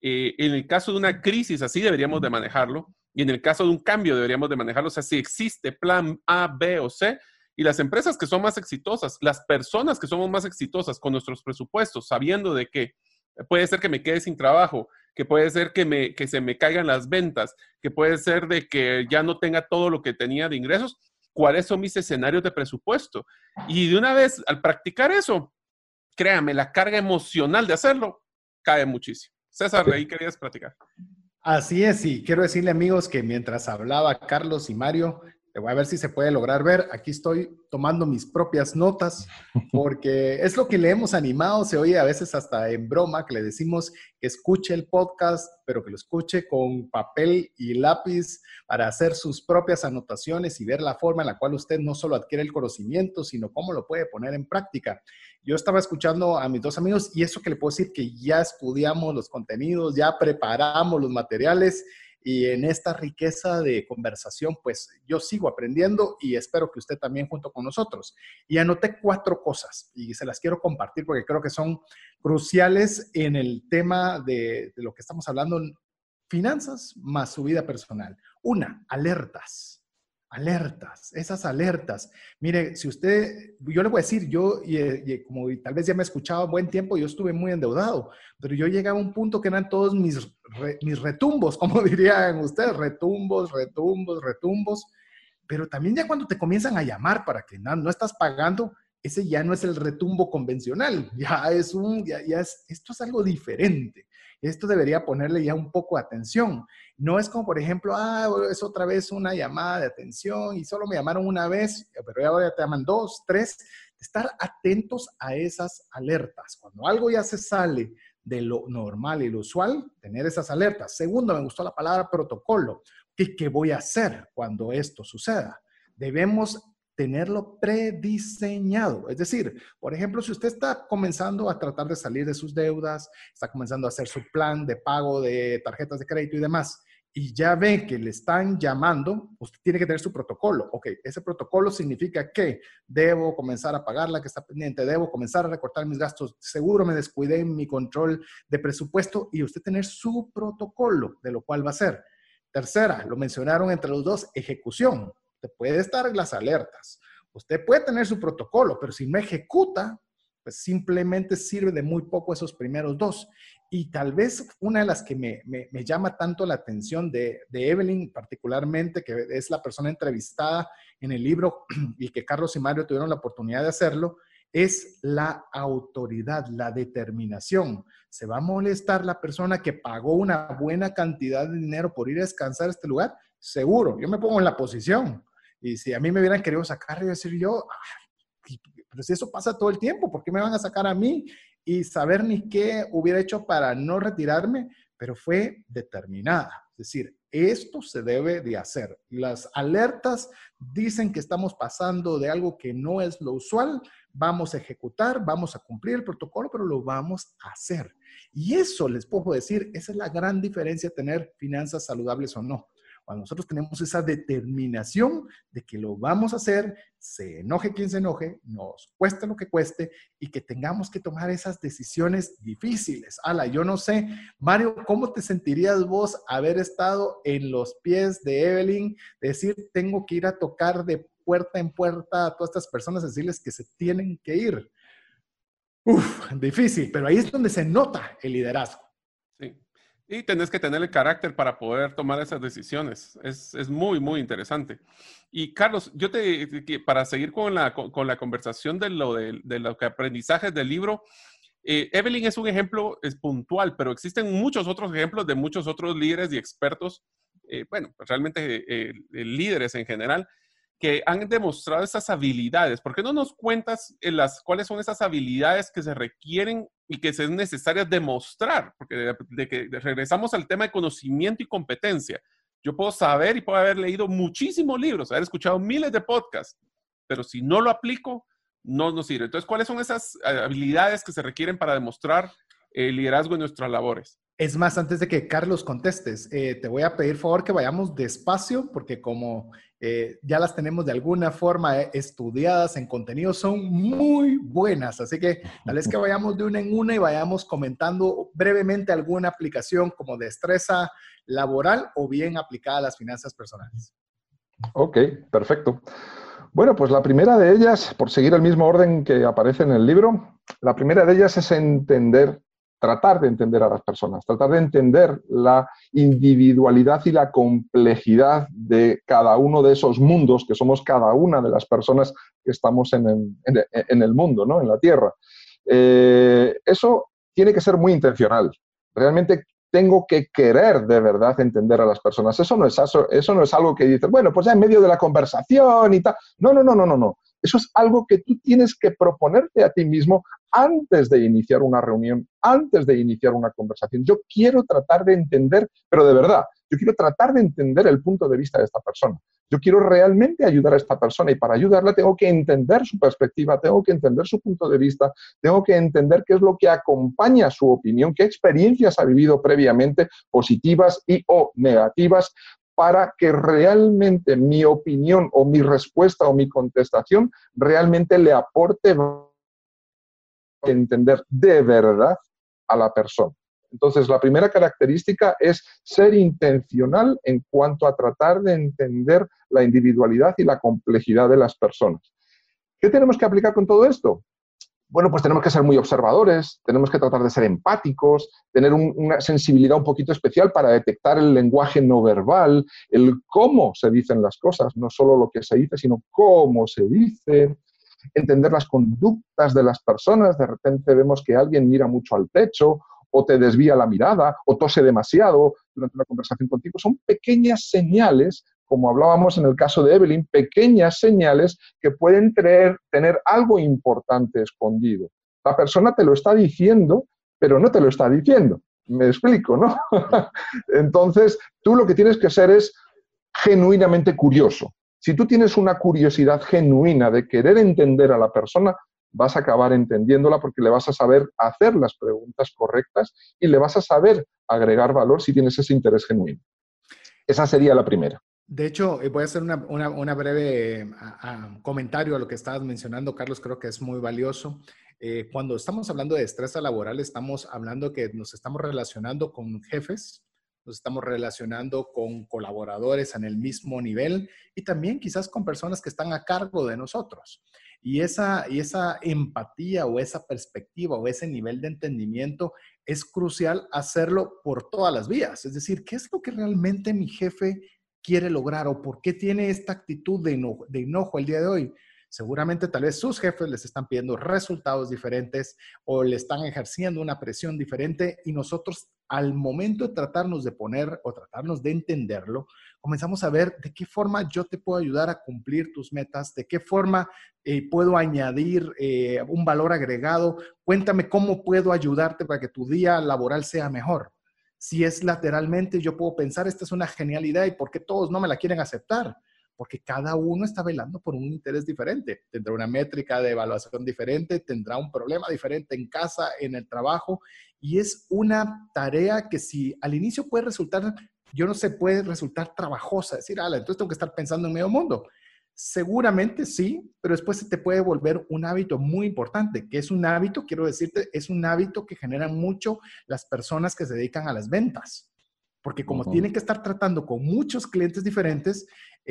En el caso de una crisis, así deberíamos de manejarlo. Y en el caso de un cambio, deberíamos de manejarlo. O sea, si existe plan A, B o C, y las empresas que son más exitosas, las personas que somos más exitosas con nuestros presupuestos, sabiendo de que puede ser que me quede sin trabajo, que puede ser que se me caigan las ventas, que puede ser de que ya no tenga todo lo que tenía de ingresos, ¿cuáles son mis escenarios de presupuesto? Y de una vez, al practicar eso, créame, la carga emocional de hacerlo cae muchísimo. César, ahí querías platicar. Así es, y quiero decirle, amigos, que mientras hablaba Carlos y Mario, voy a ver si se puede lograr ver. Aquí estoy tomando mis propias notas, porque es lo que le hemos animado. Se oye a veces hasta en broma que le decimos que escuche el podcast, pero que lo escuche con papel y lápiz para hacer sus propias anotaciones y ver la forma en la cual usted no solo adquiere el conocimiento, sino cómo lo puede poner en práctica. Yo estaba escuchando a mis dos amigos y eso que le puedo decir que ya estudiamos los contenidos, ya preparamos los materiales. Y en esta riqueza de conversación, pues yo sigo aprendiendo y espero que usted también junto con nosotros. Y anoté 4 cosas y se las quiero compartir porque creo que son cruciales en el tema de lo que estamos hablando, finanzas más su vida personal. 1, alertas. Alertas, esas alertas. Mire, si usted, yo le voy a decir, yo, como tal vez ya me escuchaba buen tiempo, yo estuve muy endeudado, pero yo llegaba a un punto que eran todos mis retumbos, como dirían ustedes, retumbos, pero también ya cuando te comienzan a llamar para que no estás pagando, ese ya no es el retumbo convencional, esto es algo diferente. Esto debería ponerle ya un poco de atención. No es como, por ejemplo, es otra vez una llamada de atención y solo me llamaron una vez, pero ahora ya te llaman 2, 3. Estar atentos a esas alertas. Cuando algo ya se sale de lo normal y lo usual, tener esas alertas. Segundo, me gustó la palabra protocolo. ¿Qué voy a hacer cuando esto suceda? Debemos tenerlo prediseñado. Es decir, por ejemplo, si usted está comenzando a tratar de salir de sus deudas, está comenzando a hacer su plan de pago de tarjetas de crédito y demás, y ya ve que le están llamando, usted tiene que tener su protocolo. Ok, ese protocolo significa que debo comenzar a pagar la que está pendiente, debo comenzar a recortar mis gastos, seguro me descuidé en mi control de presupuesto y usted tener su protocolo de lo cual va a ser. Tercera, lo mencionaron entre los dos, ejecución. Usted puede estar en las alertas, usted puede tener su protocolo, pero si no ejecuta, pues simplemente sirve de muy poco esos primeros 2. Y tal vez una de las que me llama tanto la atención de Evelyn, particularmente, que es la persona entrevistada en el libro y que Carlos y Mario tuvieron la oportunidad de hacerlo, es la autoridad, la determinación. ¿Se va a molestar la persona que pagó una buena cantidad de dinero por ir a descansar a este lugar? Seguro, yo me pongo en la posición. Y si a mí me hubieran querido sacar, yo decir yo, pero si eso pasa todo el tiempo, ¿por qué me van a sacar a mí? Y saber ni qué hubiera hecho para no retirarme, pero fue determinada. Es decir, esto se debe de hacer. Las alertas dicen que estamos pasando de algo que no es lo usual, vamos a ejecutar, vamos a cumplir el protocolo, pero lo vamos a hacer. Y eso les puedo decir, esa es la gran diferencia de tener finanzas saludables o no. Cuando nosotros tenemos esa determinación de que lo vamos a hacer, se enoje quien se enoje, nos cueste lo que cueste y que tengamos que tomar esas decisiones difíciles. Yo no sé, Mario, ¿cómo te sentirías vos haber estado en los pies de Evelyn? Decir, tengo que ir a tocar de puerta en puerta a todas estas personas, decirles que se tienen que ir. Difícil, pero ahí es donde se nota el liderazgo. Sí. Y tenés que tener el carácter para poder tomar esas decisiones. Es muy, muy interesante. Y Carlos, para seguir con la conversación de los aprendizajes del libro, Evelyn es un ejemplo puntual, pero existen muchos otros ejemplos de muchos otros líderes y expertos, realmente líderes en general, que han demostrado esas habilidades. ¿Por qué no nos cuentas cuáles son esas habilidades que se requieren y que son necesarias demostrar? Porque regresamos al tema de conocimiento y competencia. Yo puedo saber y puedo haber leído muchísimos libros, haber escuchado miles de podcasts, pero si no lo aplico, no nos sirve. Entonces, ¿cuáles son esas habilidades que se requieren para demostrar el liderazgo en nuestras labores? Es más, antes de que Carlos contestes, te voy a pedir favor que vayamos despacio, porque como ya las tenemos de alguna forma estudiadas en contenido, son muy buenas. Así que tal vez que vayamos de una en una y vayamos comentando brevemente alguna aplicación como destreza laboral o bien aplicada a las finanzas personales. Ok, perfecto. Bueno, pues la primera de ellas, por seguir el mismo orden que aparece en el libro, la primera de ellas es tratar de entender a las personas, tratar de entender la individualidad y la complejidad de cada uno de esos mundos que somos cada una de las personas que estamos en el mundo, ¿no? En la Tierra. Eso tiene que ser muy intencional. Realmente tengo que querer de verdad entender a las personas. Eso no es algo que dices, bueno, pues ya en medio de la conversación y tal. No. Eso es algo que tú tienes que proponerte a ti mismo antes de iniciar una reunión, antes de iniciar una conversación. Yo quiero tratar de entender, pero de verdad, yo quiero tratar de entender el punto de vista de esta persona. Yo quiero realmente ayudar a esta persona y para ayudarla tengo que entender su perspectiva, tengo que entender su punto de vista, tengo que entender qué es lo que acompaña su opinión, qué experiencias ha vivido previamente, positivas y o negativas, para que realmente mi opinión o mi respuesta o mi contestación realmente le aporte entender de verdad a la persona. Entonces, la primera característica es ser intencional en cuanto a tratar de entender la individualidad y la complejidad de las personas. ¿Qué tenemos que aplicar con todo esto? Bueno, pues tenemos que ser muy observadores, tenemos que tratar de ser empáticos, tener una sensibilidad un poquito especial para detectar el lenguaje no verbal, el cómo se dicen las cosas, no solo lo que se dice, sino cómo se dice, entender las conductas de las personas. De repente vemos que alguien mira mucho al techo, o te desvía la mirada, o tose demasiado durante una conversación contigo. Son pequeñas señales, como hablábamos en el caso de Evelyn, pequeñas señales que pueden tener algo importante escondido. La persona te lo está diciendo, pero no te lo está diciendo. Me explico, ¿no? Entonces, tú lo que tienes que ser es genuinamente curioso. Si tú tienes una curiosidad genuina de querer entender a la persona, vas a acabar entendiéndola porque le vas a saber hacer las preguntas correctas y le vas a saber agregar valor si tienes ese interés genuino. Esa sería la primera. De hecho, voy a hacer una breve comentario a lo que estabas mencionando, Carlos. Creo que es muy valioso. Cuando estamos hablando de destreza laboral, estamos hablando que nos estamos relacionando con jefes, nos estamos relacionando con colaboradores en el mismo nivel y también quizás con personas que están a cargo de nosotros. Y esa empatía o esa perspectiva o ese nivel de entendimiento es crucial hacerlo por todas las vías. Es decir, ¿qué es lo que realmente mi jefe quiere lograr o por qué tiene esta actitud de enojo el día de hoy? Seguramente tal vez sus jefes les están pidiendo resultados diferentes o le están ejerciendo una presión diferente y nosotros al momento de tratarnos de poner o tratarnos de entenderlo, comenzamos a ver de qué forma yo te puedo ayudar a cumplir tus metas, de qué forma puedo añadir un valor agregado. Cuéntame cómo puedo ayudarte para que tu día laboral sea mejor. Si es lateralmente, yo puedo pensar, esta es una genialidad y ¿por qué todos no me la quieren aceptar? Porque cada uno está velando por un interés diferente. Tendrá una métrica de evaluación diferente, tendrá un problema diferente en casa, en el trabajo, y es una tarea que si al inicio puede resultar, yo no sé, puede resultar trabajosa, decir, entonces tengo que estar pensando en medio mundo. Seguramente sí, pero después se te puede volver un hábito muy importante, que es un hábito, quiero decirte, es un hábito que generan mucho las personas que se dedican a las ventas. Porque como tienen que estar tratando con muchos clientes diferentes,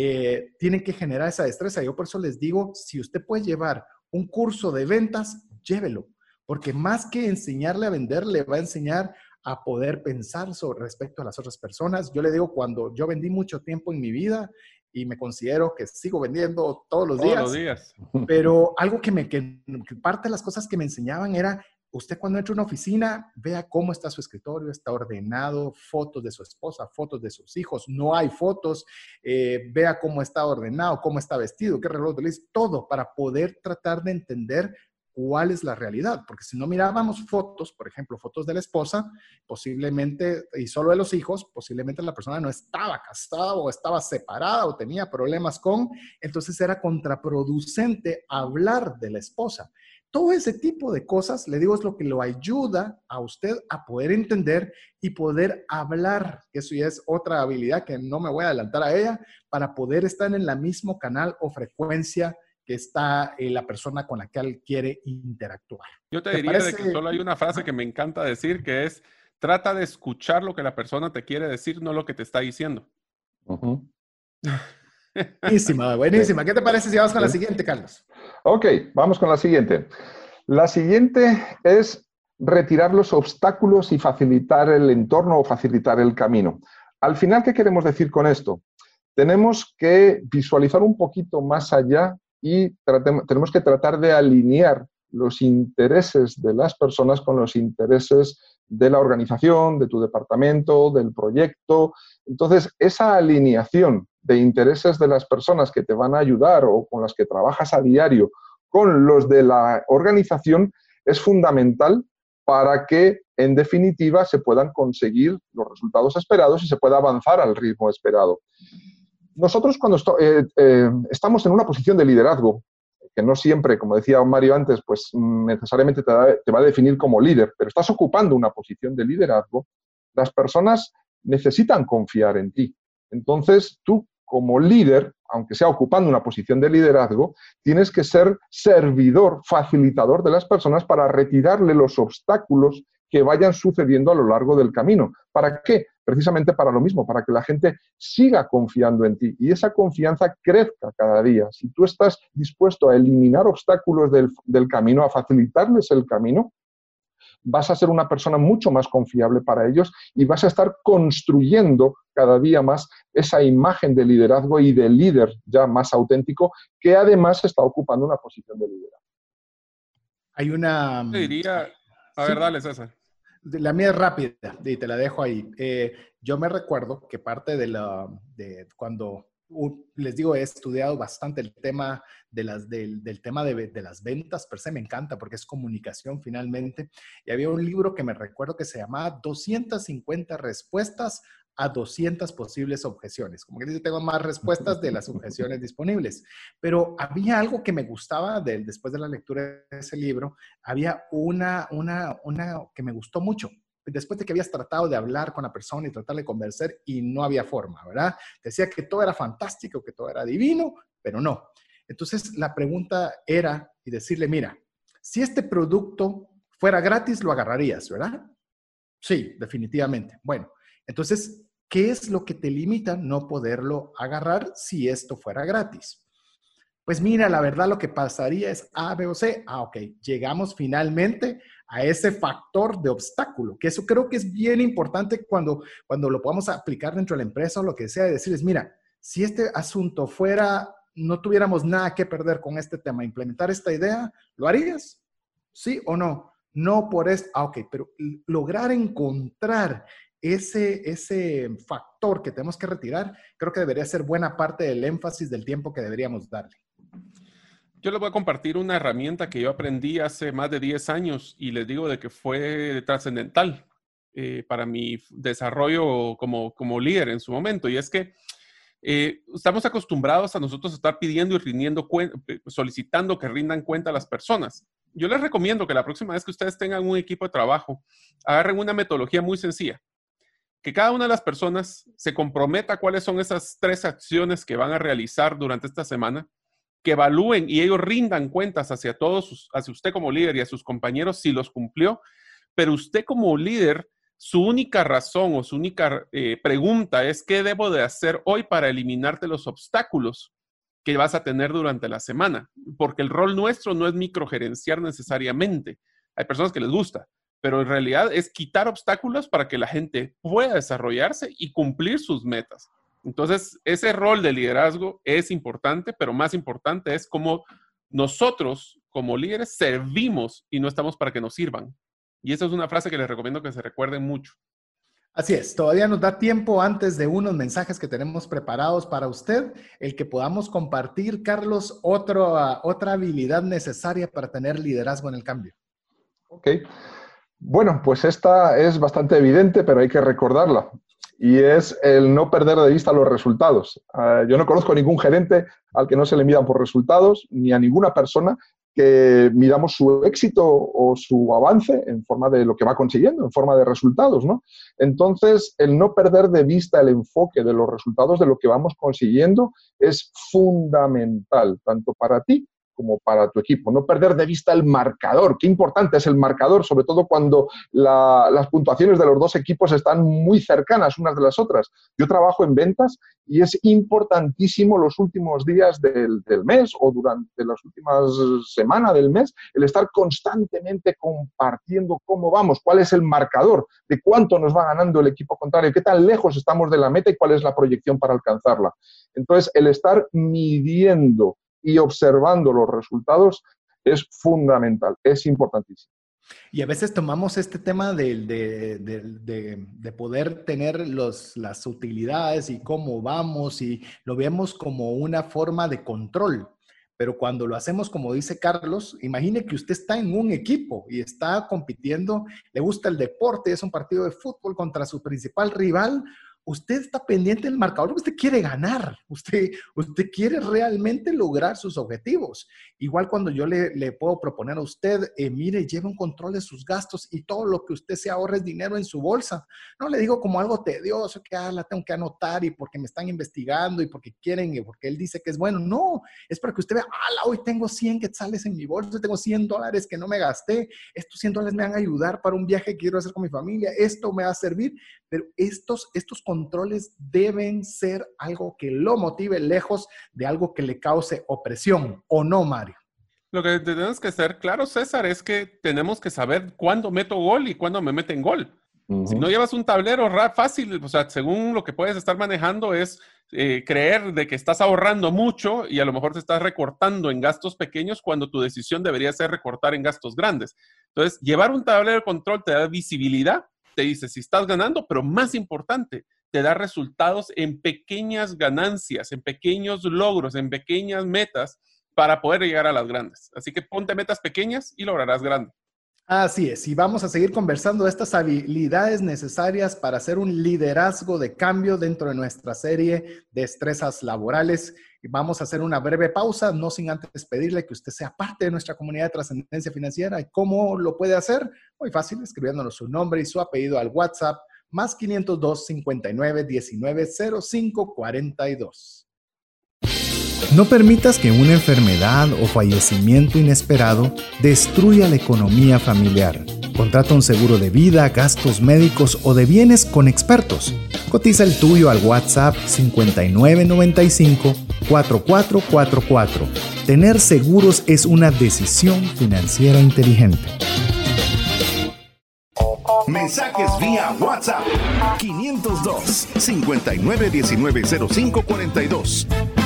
tienen que generar esa destreza. Yo por eso les digo, si usted puede llevar un curso de ventas, llévelo. Porque más que enseñarle a vender, le va a enseñar a poder pensar sobre respecto a las otras personas. Yo le digo, cuando yo vendí mucho tiempo en mi vida y me considero que sigo vendiendo todos los días, pero algo que parte de las cosas que me enseñaban era, usted cuando entra a una oficina, vea cómo está su escritorio, está ordenado, fotos de su esposa, fotos de sus hijos, no hay fotos, vea cómo está ordenado, cómo está vestido, qué reloj utiliza, todo para poder tratar de entender cuál es la realidad, porque si no mirábamos fotos, por ejemplo, fotos de la esposa, posiblemente, y solo de los hijos, posiblemente la persona no estaba casada o estaba separada o tenía problemas entonces era contraproducente hablar de la esposa. Todo ese tipo de cosas, le digo, es lo que lo ayuda a usted a poder entender y poder hablar, que eso ya es otra habilidad que no me voy a adelantar a ella, para poder estar en el mismo canal o frecuencia que está la persona con la que él quiere interactuar. Yo te diría de que solo hay una frase que me encanta decir, que es, trata de escuchar lo que la persona te quiere decir, no lo que te está diciendo. Buenísima, buenísima. ¿Qué te parece si vamos con la siguiente, Carlos? Ok, vamos con la siguiente. La siguiente es retirar los obstáculos y facilitar el entorno o facilitar el camino. Al final, ¿qué queremos decir con esto? Tenemos que visualizar un poquito más allá y tenemos que tratar de alinear los intereses de las personas con los intereses de la organización, de tu departamento, del proyecto. Entonces, esa alineación de intereses de las personas que te van a ayudar o con las que trabajas a diario con los de la organización es fundamental para que, en definitiva, se puedan conseguir los resultados esperados y se pueda avanzar al ritmo esperado. Nosotros cuando estamos en una posición de liderazgo, que no siempre, como decía Mario antes, pues necesariamente te va a definir como líder, pero estás ocupando una posición de liderazgo, las personas necesitan confiar en ti. Entonces, tú como líder, aunque sea ocupando una posición de liderazgo, tienes que ser servidor, facilitador de las personas para retirarle los obstáculos que vayan sucediendo a lo largo del camino. ¿Para qué? Precisamente para lo mismo, para que la gente siga confiando en ti y esa confianza crezca cada día. Si tú estás dispuesto a eliminar obstáculos del camino, a facilitarles el camino, vas a ser una persona mucho más confiable para ellos y vas a estar construyendo cada día más esa imagen de liderazgo y de líder ya más auténtico, que además está ocupando una posición de liderazgo. Hay una... Te diría... A ver, dale, César. La mía es rápida y te la dejo ahí. Yo me recuerdo que parte de cuando... les digo, he estudiado bastante el tema del tema de las ventas, per se me encanta porque es comunicación finalmente. Y había un libro que me recuerdo que se llamaba 250 respuestas a 200 posibles objeciones. Como que dice, tengo más respuestas de las objeciones disponibles. Pero había algo que me gustaba después de la lectura de ese libro. Había una que me gustó mucho. Después de que habías tratado de hablar con la persona y tratar de convencer y no había forma, ¿verdad? Decía que todo era fantástico, que todo era divino, pero no. Entonces, la pregunta era, y decirle, mira, si este producto fuera gratis, lo agarrarías, ¿verdad? Sí, definitivamente. Bueno, entonces, ¿qué es lo que te limita no poderlo agarrar si esto fuera gratis? Pues mira, la verdad lo que pasaría es A, B o C. Ok, llegamos finalmente a ese factor de obstáculo, que eso creo que es bien importante cuando lo podamos aplicar dentro de la empresa o lo que sea, decirles, mira, si este asunto fuera, no tuviéramos nada que perder con este tema, implementar esta idea, ¿lo harías? ¿Sí o no? No por esto. Ok, pero lograr encontrar ese factor que tenemos que retirar, creo que debería ser buena parte del énfasis del tiempo que deberíamos darle. Yo les voy a compartir una herramienta que yo aprendí hace más de 10 años y les digo de que fue trascendental para mi desarrollo como líder en su momento. Y es que estamos acostumbrados a nosotros estar pidiendo y solicitando que rindan cuenta a las personas. Yo les recomiendo que la próxima vez que ustedes tengan un equipo de trabajo, agarren una metodología muy sencilla. Que cada una de las personas se comprometa cuáles son esas 3 acciones que van a realizar durante esta semana, que evalúen y ellos rindan cuentas hacia usted como líder y a sus compañeros si los cumplió, pero usted como líder, su única razón o su única pregunta es ¿qué debo de hacer hoy para eliminarte los obstáculos que vas a tener durante la semana? Porque el rol nuestro no es microgerenciar necesariamente. Hay personas que les gusta, pero en realidad es quitar obstáculos para que la gente pueda desarrollarse y cumplir sus metas. Entonces, ese rol de liderazgo es importante, pero más importante es cómo nosotros, como líderes, servimos y no estamos para que nos sirvan. Y esa es una frase que les recomiendo que se recuerden mucho. Así es, todavía nos da tiempo antes de unos mensajes que tenemos preparados para usted, el que podamos compartir, Carlos, otra habilidad necesaria para tener liderazgo en el cambio. Ok. Bueno, pues esta es bastante evidente, pero hay que recordarla. Y es el no perder de vista los resultados. Yo no conozco ningún gerente al que no se le midan por resultados, ni a ninguna persona que midamos su éxito o su avance en forma de lo que va consiguiendo, en forma de resultados, ¿no? Entonces, el no perder de vista el enfoque de los resultados de lo que vamos consiguiendo es fundamental, tanto para ti como para tu equipo. No perder de vista el marcador. Qué importante es el marcador, sobre todo cuando las puntuaciones de los dos equipos están muy cercanas unas de las otras. Yo trabajo en ventas y es importantísimo los últimos días del mes o durante las últimas semanas del mes el estar constantemente compartiendo cómo vamos, cuál es el marcador, de cuánto nos va ganando el equipo contrario, qué tan lejos estamos de la meta y cuál es la proyección para alcanzarla. Entonces, el estar midiendo y observando los resultados es fundamental, es importantísimo. Y a veces tomamos este tema de poder tener las utilidades y cómo vamos y lo vemos como una forma de control. Pero cuando lo hacemos, como dice Carlos, imagine que usted está en un equipo y está compitiendo, le gusta el deporte, es un partido de fútbol contra su principal rival. Usted está pendiente del marcador, usted quiere ganar, usted quiere realmente lograr sus objetivos. Igual cuando yo le puedo proponer a usted, mire, lleve un control de sus gastos y todo lo que usted se ahorre es dinero en su bolsa. No le digo como algo tedioso, que la tengo que anotar y porque me están investigando y porque quieren y porque él dice que es bueno. No, es para que usted vea, hoy tengo 100 quetzales en mi bolsa, tengo $100 que no me gasté, estos $100 me van a ayudar para un viaje que quiero hacer con mi familia, esto me va a servir. Pero estos controles deben ser algo que lo motive lejos de algo que le cause opresión, ¿o no, Mario? Lo que tenemos que ser claro, César, es que tenemos que saber cuándo meto gol y cuándo me meten gol. Si no llevas un tablero fácil, o sea, según lo que puedes estar manejando es creer de que estás ahorrando mucho y a lo mejor te estás recortando en gastos pequeños cuando tu decisión debería ser recortar en gastos grandes. Entonces, llevar un tablero de control te da visibilidad, te dice si estás ganando, pero más importante, te da resultados en pequeñas ganancias, en pequeños logros, en pequeñas metas para poder llegar a las grandes. Así que ponte metas pequeñas y lograrás grandes. Así es, y vamos a seguir conversando de estas habilidades necesarias para hacer un liderazgo de cambio dentro de nuestra serie Destrezas Laborales. Y vamos a hacer una breve pausa, no sin antes pedirle que usted sea parte de nuestra comunidad de trascendencia financiera. ¿Y cómo lo puede hacer? Muy fácil, escribiéndonos su nombre y su apellido al WhatsApp, más 502 59 19 05 42. No permitas que una enfermedad o fallecimiento inesperado destruya la economía familiar. Contrata un seguro de vida, gastos médicos o de bienes con expertos. Cotiza el tuyo al WhatsApp 5995-4444. Tener seguros es una decisión financiera inteligente. Mensajes vía WhatsApp 502 59 19 05 42.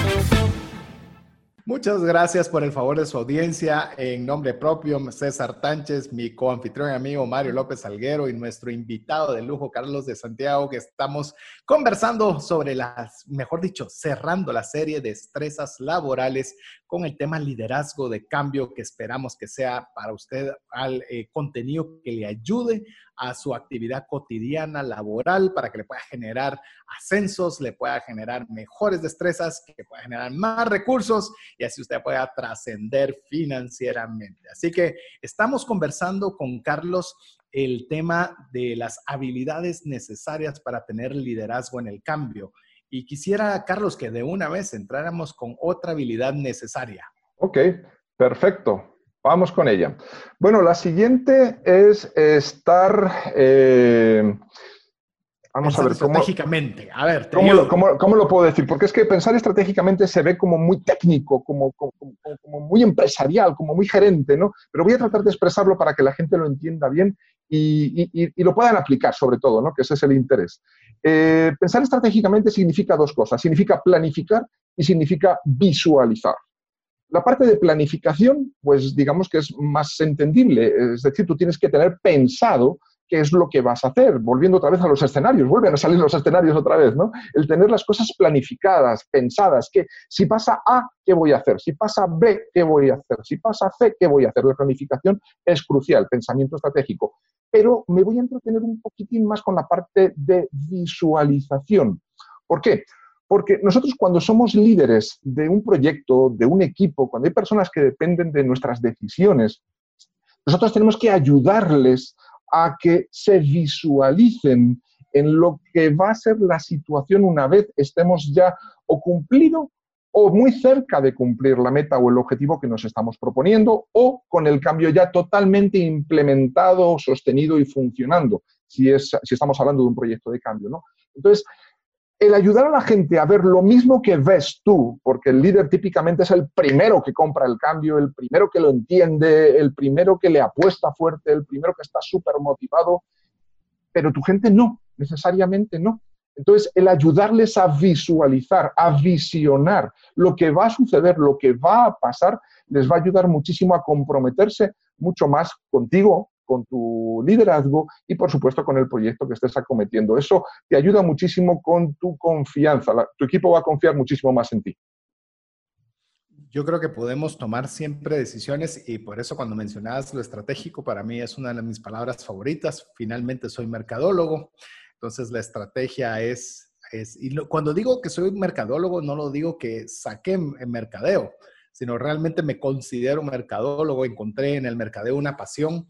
Muchas gracias por el favor de su audiencia. En nombre propio, César Tánchez, mi coanfitrión y amigo Mario López Salguero y nuestro invitado de lujo, Carlos de Santiago, que estamos conversando sobre cerrando la serie de Destrezas Laborales con el tema liderazgo de cambio, que esperamos que sea para usted contenido que le ayude a su actividad cotidiana laboral para que le pueda generar ascensos, le pueda generar mejores destrezas, que pueda generar más recursos y así usted pueda trascender financieramente. Así que estamos conversando con Carlos el tema de las habilidades necesarias para tener liderazgo en el cambio. Y quisiera, Carlos, que de una vez entráramos con otra habilidad necesaria. Ok, perfecto. Vamos con ella. Bueno, la siguiente es estar Vamos a ver cómo... estratégicamente. A ver, ¿Cómo lo puedo decir? Porque es que pensar estratégicamente se ve como muy técnico, como muy empresarial, como muy gerente, ¿no? Pero voy a tratar de expresarlo para que la gente lo entienda bien y lo puedan aplicar, sobre todo, ¿no? Que ese es el interés. Pensar estratégicamente significa dos cosas. Significa planificar y significa visualizar. La parte de planificación, pues digamos que es más entendible. Es decir, tú tienes que tener pensado qué es lo que vas a hacer, volviendo otra vez a los escenarios, vuelven a salir los escenarios otra vez, ¿no? El tener las cosas planificadas, pensadas, que si pasa A, ¿qué voy a hacer? Si pasa B, ¿qué voy a hacer? Si pasa C, ¿qué voy a hacer? La planificación es crucial, pensamiento estratégico. Pero me voy a entretener un poquitín más con la parte de visualización. ¿Por qué? Porque nosotros cuando somos líderes de un proyecto, de un equipo, cuando hay personas que dependen de nuestras decisiones, nosotros tenemos que ayudarles a que se visualicen en lo que va a ser la situación una vez estemos ya o cumplido o muy cerca de cumplir la meta o el objetivo que nos estamos proponiendo, o con el cambio ya totalmente implementado, sostenido y funcionando, si estamos hablando de un proyecto de cambio, ¿no? Entonces, el ayudar a la gente a ver lo mismo que ves tú, porque el líder típicamente es el primero que compra el cambio, el primero que lo entiende, el primero que le apuesta fuerte, el primero que está súper motivado, pero tu gente no, necesariamente no. Entonces, el ayudarles a visualizar, a visionar lo que va a suceder, lo que va a pasar, les va a ayudar muchísimo a comprometerse mucho más contigo, con tu liderazgo y, por supuesto, con el proyecto que estés acometiendo. Eso te ayuda muchísimo con tu confianza. Tu equipo va a confiar muchísimo más en ti. Yo creo que podemos tomar siempre decisiones y por eso cuando mencionabas lo estratégico, para mí es una de mis palabras favoritas. Finalmente soy mercadólogo, entonces la estrategia cuando digo que soy un mercadólogo, no lo digo que saqué en mercadeo, sino realmente me considero mercadólogo, encontré en el mercadeo una pasión.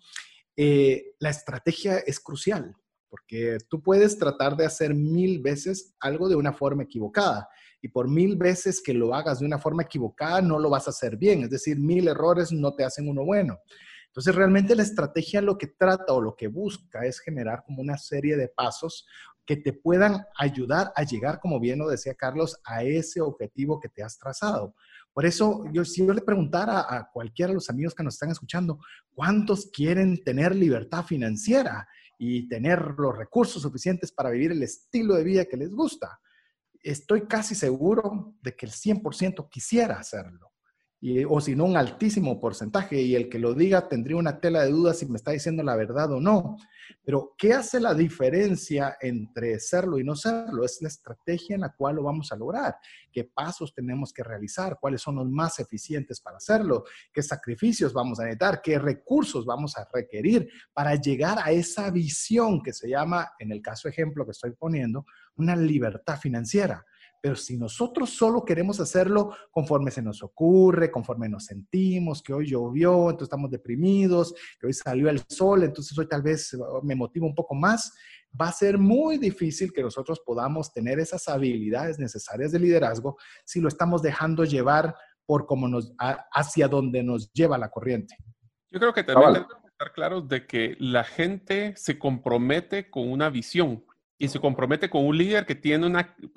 La estrategia es crucial, porque tú puedes tratar de hacer 1000 veces algo de una forma equivocada, y por 1000 veces que lo hagas de una forma equivocada no lo vas a hacer bien, es decir, 1000 errores no te hacen uno bueno. Entonces, realmente la estrategia lo que trata o lo que busca es generar como una serie de pasos que te puedan ayudar a llegar, como bien lo decía Carlos, a ese objetivo que te has trazado. Por eso, si yo le preguntara a cualquiera de los amigos que nos están escuchando, ¿cuántos quieren tener libertad financiera y tener los recursos suficientes para vivir el estilo de vida que les gusta? Estoy casi seguro de que el 100% quisiera hacerlo. O si no, un altísimo porcentaje, y el que lo diga tendría una tela de dudas si me está diciendo la verdad o no. Pero, ¿qué hace la diferencia entre serlo y no serlo? Es la estrategia en la cual lo vamos a lograr. ¿Qué pasos tenemos que realizar? ¿Cuáles son los más eficientes para hacerlo? ¿Qué sacrificios vamos a necesitar? ¿Qué recursos vamos a requerir para llegar a esa visión que se llama, en el caso ejemplo que estoy poniendo, una libertad financiera? Pero si nosotros solo queremos hacerlo conforme se nos ocurre, conforme nos sentimos, que hoy llovió, entonces estamos deprimidos, que hoy salió el sol, entonces hoy tal vez me motiva un poco más, va a ser muy difícil que nosotros podamos tener esas habilidades necesarias de liderazgo si lo estamos dejando llevar por hacia donde nos lleva la corriente. Yo creo que también tenemos que estar claros de que la gente se compromete con una visión y se compromete con un líder que tiene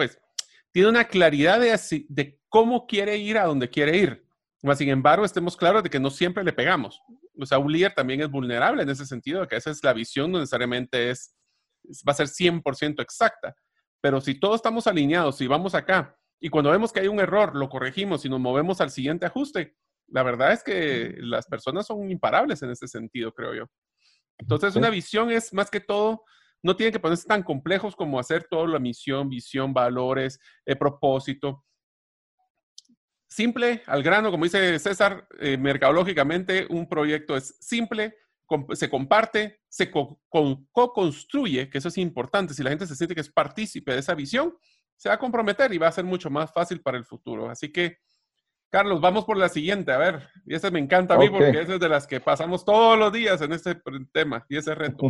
una claridad de cómo quiere ir a donde quiere ir. Sin embargo, estemos claros de que no siempre le pegamos. O sea, un líder también es vulnerable en ese sentido, de que esa es la visión, no necesariamente va a ser 100% exacta. Pero si todos estamos alineados y vamos acá, y cuando vemos que hay un error, lo corregimos y nos movemos al siguiente ajuste, la verdad es que las personas son imparables en ese sentido, creo yo. Entonces, una visión es más que todo... No tienen que ponerse tan complejos como hacer toda la misión, visión, valores, propósito. Simple, al grano, como dice César, mercadológicamente un proyecto es simple, se comparte, se co-construye, que eso es importante. Si la gente se siente que es partícipe de esa visión, se va a comprometer y va a ser mucho más fácil para el futuro. Así que, Carlos, vamos por la siguiente. A ver, y esa me encanta a mí porque esa es de las que pasamos todos los días en este tema y ese reto.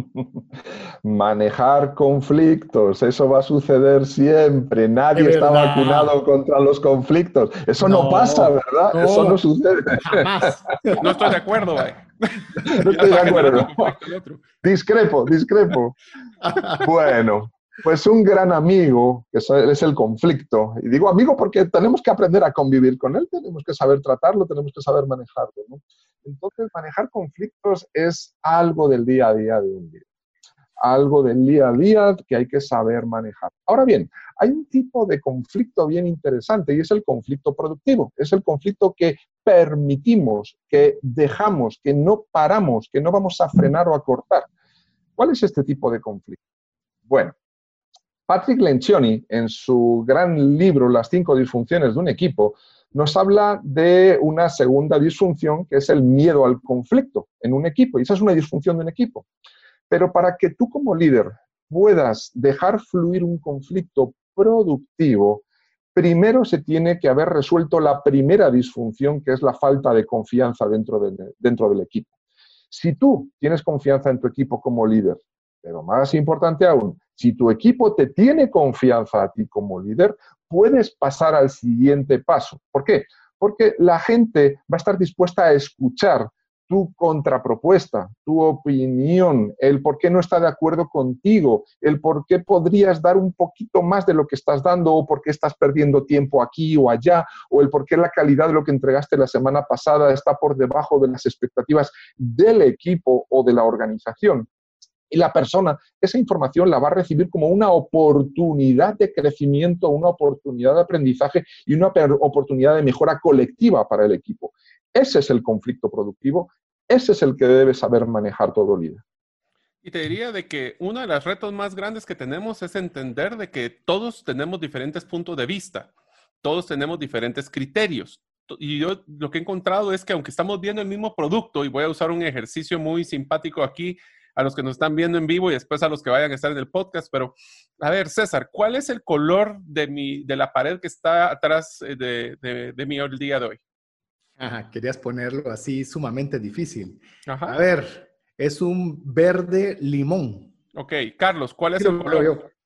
Manejar conflictos, eso va a suceder siempre. Nadie está vacunado contra los conflictos. Eso no pasa, ¿verdad? No, eso no sucede. Jamás. No estoy de acuerdo, güey. No estoy de acuerdo. Discrepo. Bueno. Pues un gran amigo, que es el conflicto. Y digo amigo porque tenemos que aprender a convivir con él, tenemos que saber tratarlo, tenemos que saber manejarlo, ¿no? Entonces, manejar conflictos es algo del día a día de un líder. Algo del día a día que hay que saber manejar. Ahora bien, hay un tipo de conflicto bien interesante y es el conflicto productivo. Es el conflicto que permitimos, que dejamos, que no paramos, que no vamos a frenar o a cortar. ¿Cuál es este tipo de conflicto? Bueno, Patrick Lencioni, en su gran libro Las 5 disfunciones de un equipo, nos habla de una segunda disfunción que es el miedo al conflicto en un equipo. Y esa es una disfunción de un equipo. Pero para que tú como líder puedas dejar fluir un conflicto productivo, primero se tiene que haber resuelto la primera disfunción, que es la falta de confianza dentro del equipo. Si tú tienes confianza en tu equipo como líder, pero más importante aún, si tu equipo te tiene confianza a ti como líder, puedes pasar al siguiente paso. ¿Por qué? Porque la gente va a estar dispuesta a escuchar tu contrapropuesta, tu opinión, el por qué no está de acuerdo contigo, el por qué podrías dar un poquito más de lo que estás dando o por qué estás perdiendo tiempo aquí o allá, o el por qué la calidad de lo que entregaste la semana pasada está por debajo de las expectativas del equipo o de la organización. Y la persona esa información la va a recibir como una oportunidad de crecimiento, una oportunidad de aprendizaje y una oportunidad de mejora colectiva para el equipo. Ese es el conflicto productivo, ese es el que debe saber manejar todo líder. Y te diría de que uno de los retos más grandes que tenemos es entender de que todos tenemos diferentes puntos de vista, todos tenemos diferentes criterios. Y yo lo que he encontrado es que aunque estamos viendo el mismo producto, y voy a usar un ejercicio muy simpático aquí, a los que nos están viendo en vivo y después a los que vayan a estar en el podcast, pero a ver, César, ¿cuál es el color de la pared que está atrás de mí el día de hoy? Ajá, querías ponerlo así sumamente difícil. Ajá. A ver, es un verde limón. Ok, Carlos, ¿cuál es Sí, el color?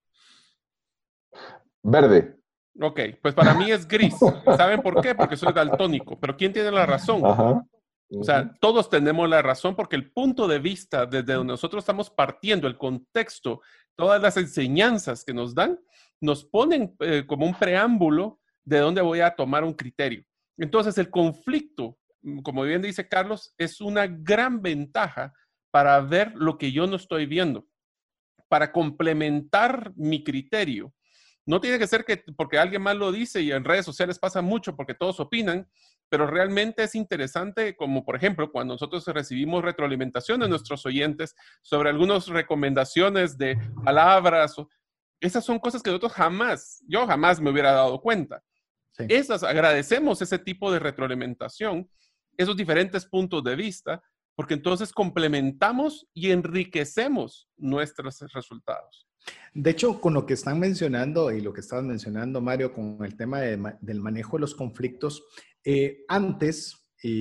yo. Verde. Ok, pues para mí es gris. ¿Saben por qué? Porque soy daltónico. Pero ¿quién tiene la razón? Ajá. O sea, todos tenemos la razón porque el punto de vista desde donde nosotros estamos partiendo, el contexto, todas las enseñanzas que nos dan, nos ponen como un preámbulo de dónde voy a tomar un criterio. Entonces, el conflicto, como bien dice Carlos, es una gran ventaja para ver lo que yo no estoy viendo, para complementar mi criterio. No tiene que ser que porque alguien más lo dice y en redes sociales pasa mucho porque todos opinan, pero realmente es interesante como por ejemplo cuando nosotros recibimos retroalimentación de nuestros oyentes sobre algunas recomendaciones de palabras. Esas son cosas que yo jamás me hubiera dado cuenta. Sí. Agradecemos ese tipo de retroalimentación, esos diferentes puntos de vista, porque entonces complementamos y enriquecemos nuestros resultados. De hecho, con lo que están mencionando y lo que estabas mencionando, Mario, con el tema del manejo de los conflictos, antes,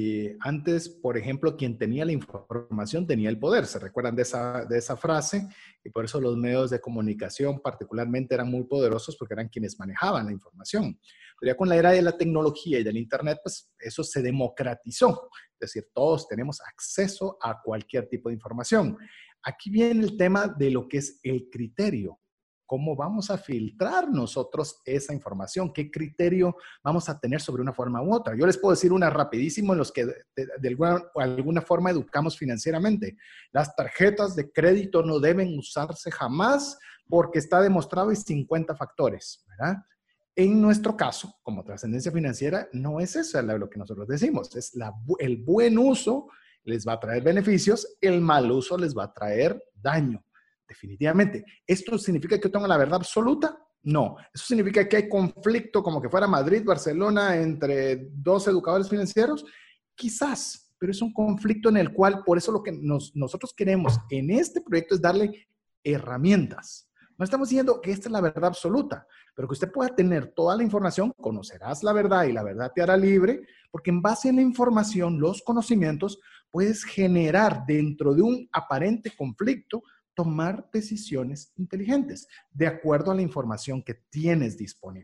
por ejemplo, quien tenía la información tenía el poder. ¿Se recuerdan de esa frase? Y por eso los medios de comunicación particularmente eran muy poderosos porque eran quienes manejaban la información. Pero ya con la era de la tecnología y del Internet, pues eso se democratizó. Es decir, todos tenemos acceso a cualquier tipo de información. Aquí viene el tema de lo que es el criterio. ¿Cómo vamos a filtrar nosotros esa información? ¿Qué criterio vamos a tener sobre una forma u otra? Yo les puedo decir una rapidísimo en los que de alguna forma educamos financieramente. Las tarjetas de crédito no deben usarse jamás porque está demostrado y 50 factores, ¿verdad? En nuestro caso, como Trascendencia Financiera, no es eso lo que nosotros decimos. Es el buen uso les va a traer beneficios, el mal uso les va a traer daño. Definitivamente. ¿Esto significa que yo tengo la verdad absoluta? No. ¿Eso significa que hay conflicto como que fuera Madrid-Barcelona entre dos educadores financieros? Quizás, pero es un conflicto en el cual, por eso lo que nosotros queremos en este proyecto es darle herramientas. No estamos diciendo que esta es la verdad absoluta, pero que usted pueda tener toda la información, conocerás la verdad y la verdad te hará libre, porque en base a la información, los conocimientos, puedes generar dentro de un aparente conflicto tomar decisiones inteligentes de acuerdo a la información que tienes disponible.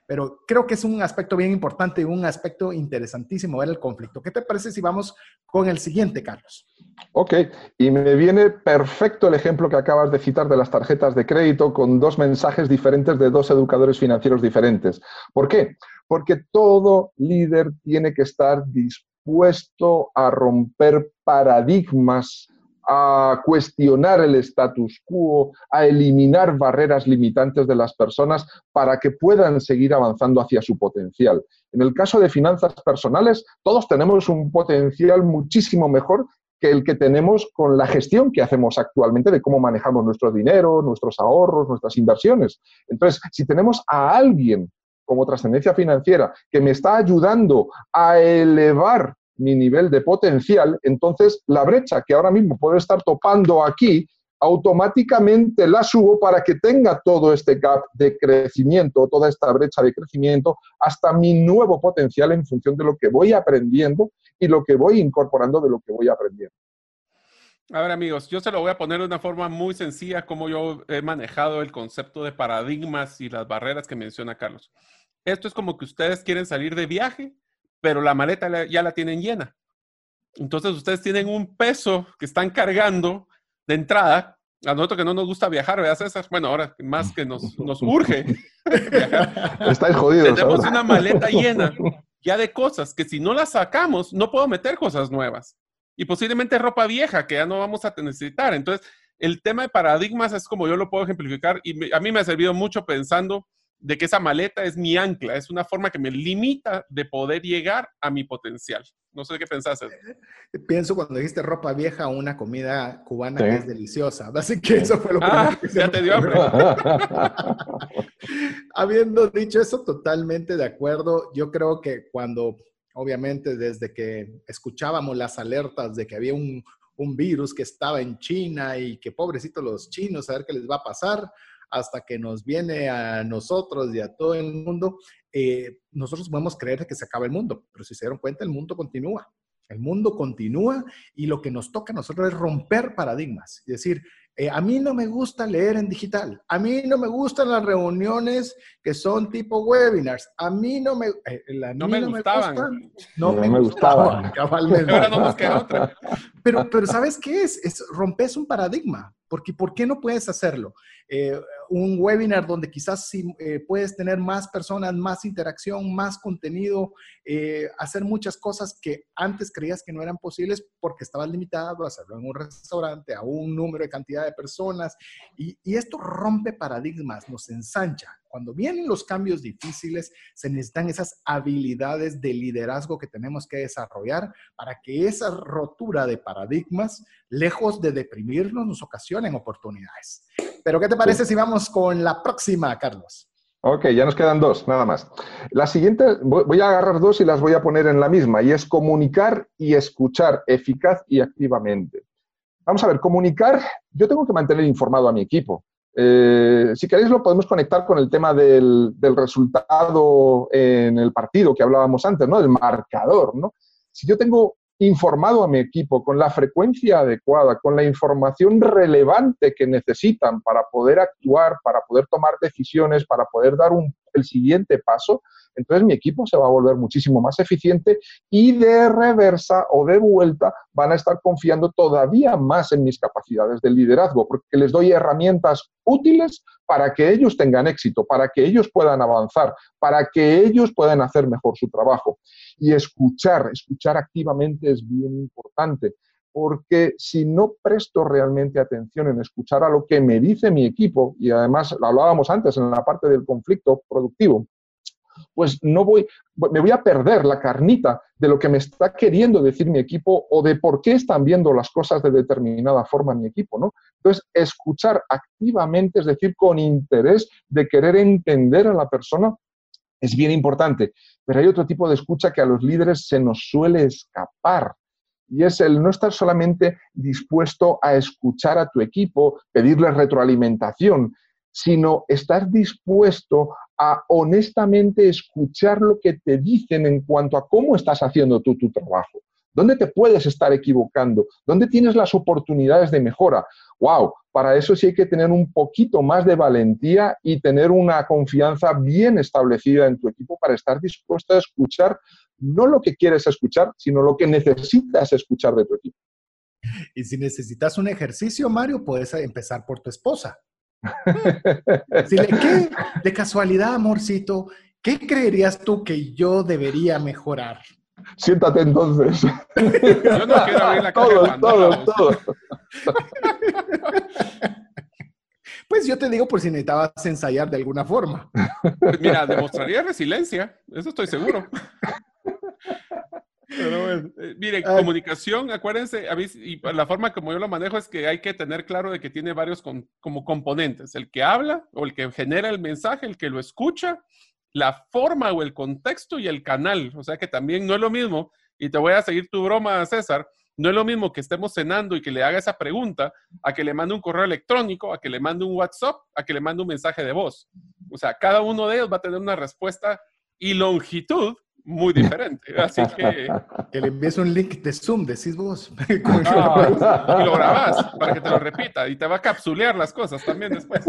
pero creo que es un aspecto bien importante y un aspecto interesantísimo ver el conflicto. ¿Qué te parece si vamos con el siguiente, Carlos? Ok, y me viene perfecto el ejemplo que acabas de citar de las tarjetas de crédito con dos mensajes diferentes de dos educadores financieros diferentes. ¿Por qué? Porque todo líder tiene que estar dispuesto a romper paradigmas, a cuestionar el status quo, a eliminar barreras limitantes de las personas para que puedan seguir avanzando hacia su potencial. En el caso de finanzas personales, todos tenemos un potencial muchísimo mejor que el que tenemos con la gestión que hacemos actualmente de cómo manejamos nuestro dinero, nuestros ahorros, nuestras inversiones. Entonces, si tenemos a alguien como Trascendencia Financiera que me está ayudando a elevar mi nivel de potencial, entonces la brecha que ahora mismo puedo estar topando aquí, automáticamente la subo para que tenga todo este gap de crecimiento, toda esta brecha de crecimiento, hasta mi nuevo potencial en función de lo que voy aprendiendo y lo que voy incorporando de lo que voy aprendiendo. A ver, amigos, yo se lo voy a poner de una forma muy sencilla como yo he manejado el concepto de paradigmas y las barreras que menciona Carlos. Esto es como que ustedes quieren salir de viaje, pero la maleta ya la tienen llena. Entonces ustedes tienen un peso que están cargando de entrada. A nosotros que no nos gusta viajar, ¿verdad, César? Bueno, ahora más que nos urge viajar. Estáis jodidos. Tenemos ahora una maleta llena ya de cosas que si no las sacamos, no puedo meter cosas nuevas. Y posiblemente ropa vieja que ya no vamos a necesitar. Entonces, el tema de paradigmas es como yo lo puedo ejemplificar y a mí me ha servido mucho pensando de que esa maleta es mi ancla, es una forma que me limita de poder llegar a mi potencial. No sé qué pensás. Pienso cuando dijiste ropa vieja, una comida cubana sí, que es deliciosa. Así que eso fue lo primero que se ya te dio hambre. Habiendo dicho eso, totalmente de acuerdo. Yo creo que cuando, obviamente, desde que escuchábamos las alertas de que había un virus que estaba en China y que pobrecitos los chinos, a ver qué les va a pasar, hasta que nos viene a nosotros y a todo el mundo, nosotros podemos creer que se acaba el mundo, pero si se dieron cuenta, el mundo continúa. El mundo continúa y lo que nos toca a nosotros es romper paradigmas. Es decir, a mí no me gusta leer en digital. A mí no me gustan las reuniones que son tipo webinars. A mí no me, no me gustaban. No me gustaban, cabalmente. Ahora no nos queda otra. Pero ¿sabes qué es? Rompes un paradigma. Porque ¿por qué no puedes hacerlo? Un webinar donde quizás sí, puedes tener más personas, más interacción, más contenido, hacer muchas cosas que antes creías que no eran posibles porque estabas limitado a hacerlo en un restaurante, a un número de cantidad de personas. Y esto rompe paradigmas, nos ensancha. Cuando vienen los cambios difíciles, se necesitan esas habilidades de liderazgo que tenemos que desarrollar para que esa rotura de paradigmas, lejos de deprimirnos, nos ocasionen oportunidades. Pero, ¿qué te parece si vamos con la próxima, Carlos? Ok, ya nos quedan dos, nada más. La siguiente, voy a agarrar dos y las voy a poner en la misma, y es comunicar y escuchar eficaz y activamente. Vamos a ver, comunicar, yo tengo que mantener informado a mi equipo. Si queréis lo podemos conectar con el tema del resultado en el partido que hablábamos antes, ¿no? El marcador, ¿no? Si yo tengo informado a mi equipo con la frecuencia adecuada, con la información relevante que necesitan para poder actuar, para poder tomar decisiones, para poder dar el siguiente paso, entonces mi equipo se va a volver muchísimo más eficiente y de reversa o de vuelta van a estar confiando todavía más en mis capacidades de liderazgo, porque les doy herramientas útiles para que ellos tengan éxito, para que ellos puedan avanzar, para que ellos puedan hacer mejor su trabajo. Y escuchar activamente es bien importante, porque si no presto realmente atención en escuchar a lo que me dice mi equipo, y además lo hablábamos antes en la parte del conflicto productivo, pues me voy a perder la carnita de lo que me está queriendo decir mi equipo o de por qué están viendo las cosas de determinada forma mi equipo, ¿no? Entonces, escuchar activamente, es decir, con interés de querer entender a la persona, es bien importante. Pero hay otro tipo de escucha que a los líderes se nos suele escapar. Y es el no estar solamente dispuesto a escuchar a tu equipo, pedirles retroalimentación, sino estar dispuesto a honestamente escuchar lo que te dicen en cuanto a cómo estás haciendo tú tu trabajo. ¿Dónde te puedes estar equivocando? ¿Dónde tienes las oportunidades de mejora? ¡Wow! Para eso sí hay que tener un poquito más de valentía y tener una confianza bien establecida en tu equipo para estar dispuesto a escuchar no lo que quieres escuchar, sino lo que necesitas escuchar de tu equipo. Y si necesitas un ejercicio, Mario, puedes empezar por tu esposa. Decirle, ¿qué? De casualidad, amorcito, ¿qué creerías tú que yo debería mejorar? Siéntate entonces. Yo no quiero abrir la caja de Pandora. Todo. Pues yo te digo por si necesitabas ensayar de alguna forma. Pues mira, demostraría resiliencia, eso estoy seguro. Pero bueno, miren, comunicación, acuérdense, y la forma como yo lo manejo es que hay que tener claro de que tiene varios como componentes. El que habla o el que genera el mensaje, el que lo escucha, la forma o el contexto y el canal. O sea que también no es lo mismo, y te voy a seguir tu broma, César, no es lo mismo que estemos cenando y que le haga esa pregunta a que le mande un correo electrónico, a que le mande un WhatsApp, a que le mande un mensaje de voz. O sea, cada uno de ellos va a tener una respuesta y longitud muy diferente. Así que le envíes un link de Zoom, decís vos. Y lo grabás para que te lo repita y te va a capsulear las cosas también después.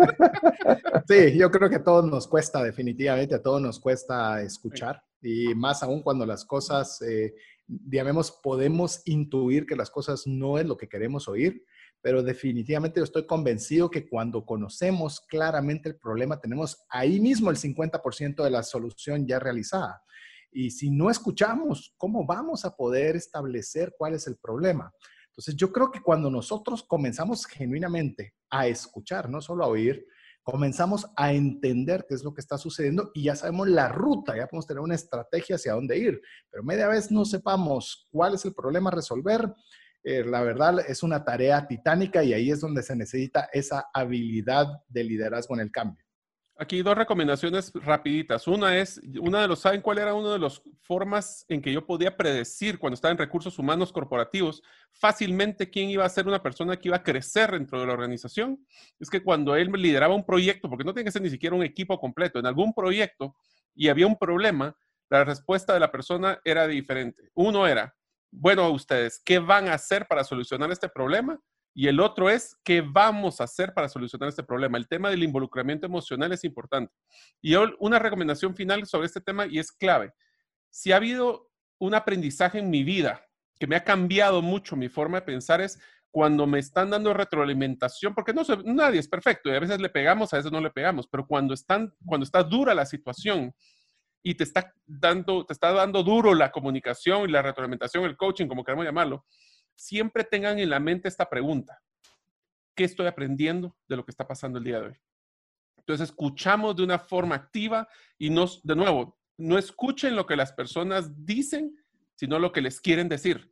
Sí, yo creo que a todos nos cuesta, definitivamente, a todos nos cuesta escuchar. Y más aún cuando las cosas, digamos, podemos intuir que las cosas no es lo que queremos oír, pero definitivamente yo estoy convencido que cuando conocemos claramente el problema, tenemos ahí mismo el 50% de la solución ya realizada. Y si no escuchamos, ¿cómo vamos a poder establecer cuál es el problema? Entonces, yo creo que cuando nosotros comenzamos genuinamente a escuchar, no solo a oír, comenzamos a entender qué es lo que está sucediendo y ya sabemos la ruta, ya podemos tener una estrategia hacia dónde ir. Pero media vez no sepamos cuál es el problema a resolver, la verdad es una tarea titánica y ahí es donde se necesita esa habilidad de liderazgo en el cambio. Aquí dos recomendaciones rapiditas. ¿Saben cuál era una de las formas en que yo podía predecir cuando estaba en recursos humanos corporativos fácilmente quién iba a ser una persona que iba a crecer dentro de la organización? Es que cuando él lideraba un proyecto, porque no tiene que ser ni siquiera un equipo completo, en algún proyecto y había un problema, la respuesta de la persona era diferente. Uno era, bueno, ustedes, ¿qué van a hacer para solucionar este problema? Y el otro es, ¿qué vamos a hacer para solucionar este problema? El tema del involucramiento emocional es importante. Y yo, una recomendación final sobre este tema, y es clave. Si ha habido un aprendizaje en mi vida que me ha cambiado mucho mi forma de pensar, es cuando me están dando retroalimentación, porque nadie es perfecto, y a veces le pegamos, a veces no le pegamos, pero cuando está dura la situación y te está dando duro la comunicación y la retroalimentación, el coaching, como queramos llamarlo, siempre tengan en la mente esta pregunta: ¿qué estoy aprendiendo de lo que está pasando el día de hoy? Entonces, escuchamos de una forma activa y de nuevo, no escuchen lo que las personas dicen, sino lo que les quieren decir.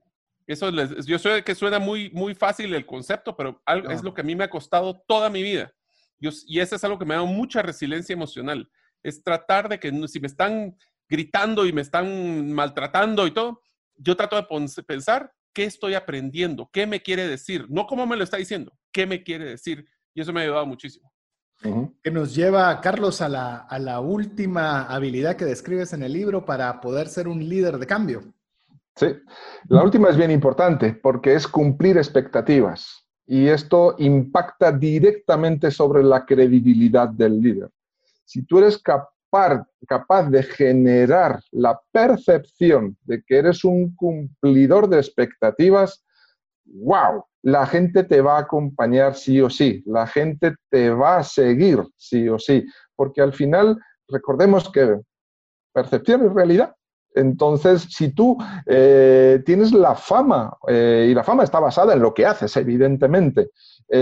Yo sé que suena muy, muy fácil el concepto, pero es lo que a mí me ha costado toda mi vida. Y eso es algo que me da mucha resiliencia emocional. Es tratar de que si me están gritando y me están maltratando y todo, yo trato de pensar, ¿qué estoy aprendiendo? ¿Qué me quiere decir? No cómo me lo está diciendo, ¿qué me quiere decir? Y eso me ha ayudado muchísimo. Que nos lleva, Carlos, a la última habilidad que describes en el libro para poder ser un líder de cambio. Sí, la última es bien importante porque es cumplir expectativas y esto impacta directamente sobre la credibilidad del líder. Si tú eres capaz de generar la percepción de que eres un cumplidor de expectativas, ¡wow! La gente te va a acompañar sí o sí, la gente te va a seguir sí o sí, porque al final recordemos que percepción es realidad. Entonces, si tú tienes la fama, y la fama está basada en lo que haces, evidentemente,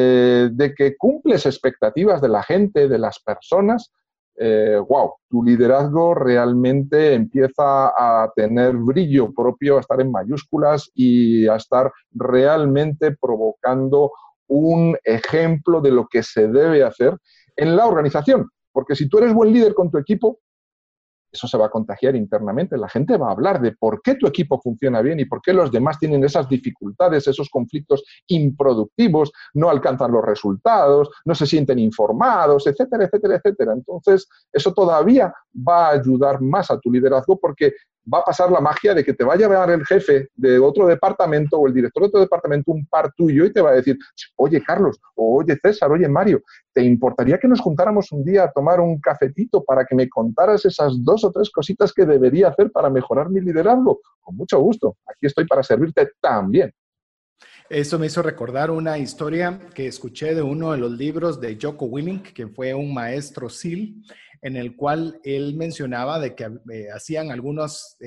de que cumples expectativas de la gente, de las personas, wow, tu liderazgo realmente empieza a tener brillo propio, a estar en mayúsculas y a estar realmente provocando un ejemplo de lo que se debe hacer en la organización. Porque si tú eres buen líder con tu equipo, eso se va a contagiar internamente. La gente va a hablar de por qué tu equipo funciona bien y por qué los demás tienen esas dificultades, esos conflictos improductivos, no alcanzan los resultados, no se sienten informados, etcétera, etcétera, etcétera. Entonces, eso todavía va a ayudar más a tu liderazgo porque va a pasar la magia de que te va a llevar el jefe de otro departamento o el director de otro departamento un par tuyo y te va a decir, oye, Carlos, o oye, César, oye, Mario, ¿te importaría que nos juntáramos un día a tomar un cafetito para que me contaras esas 2 o 3 cositas que debería hacer para mejorar mi liderazgo? Con mucho gusto. Aquí estoy para servirte también. Eso me hizo recordar una historia que escuché de uno de los libros de Jocko Willink, que fue un maestro SEAL, en el cual él mencionaba de que hacían algunas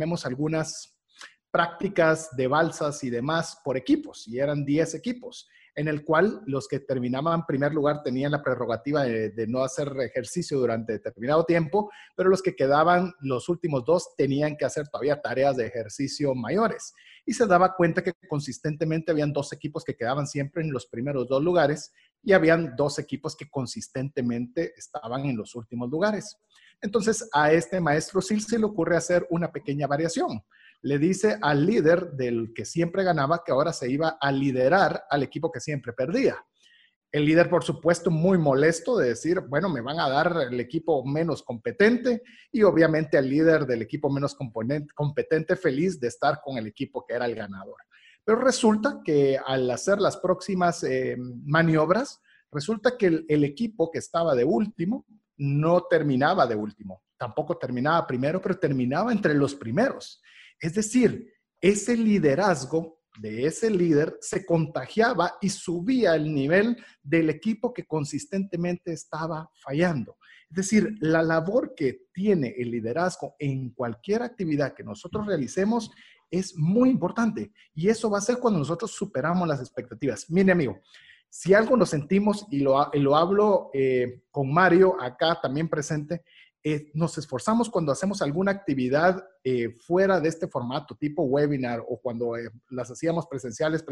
prácticas de balsas y demás por equipos, y eran 10 equipos, en el cual los que terminaban en primer lugar tenían la prerrogativa de no hacer ejercicio durante determinado tiempo, pero los que quedaban, los últimos 2, tenían que hacer todavía tareas de ejercicio mayores. Y se daba cuenta que consistentemente habían 2 equipos que quedaban siempre en los primeros 2 lugares y habían 2 equipos que consistentemente estaban en los últimos lugares. Entonces, a este maestro SEAL se le ocurre hacer una pequeña variación. Le dice al líder del que siempre ganaba que ahora se iba a liderar al equipo que siempre perdía. El líder, por supuesto, muy molesto de decir, bueno, me van a dar el equipo menos competente, y obviamente al líder del equipo menos competente feliz de estar con el equipo que era el ganador. Pero resulta que al hacer las próximas maniobras, resulta que el equipo que estaba de último no terminaba de último, tampoco terminaba primero, pero terminaba entre los primeros. Es decir, ese liderazgo de ese líder se contagiaba y subía el nivel del equipo que consistentemente estaba fallando. Es decir, la labor que tiene el liderazgo en cualquier actividad que nosotros realicemos es muy importante, y eso va a ser cuando nosotros superamos las expectativas. Mire, amigo, si algo nos sentimos, y lo hablo con Mario acá también presente, nos esforzamos cuando hacemos alguna actividad fuera de este formato, tipo webinar, o cuando las hacíamos presenciales,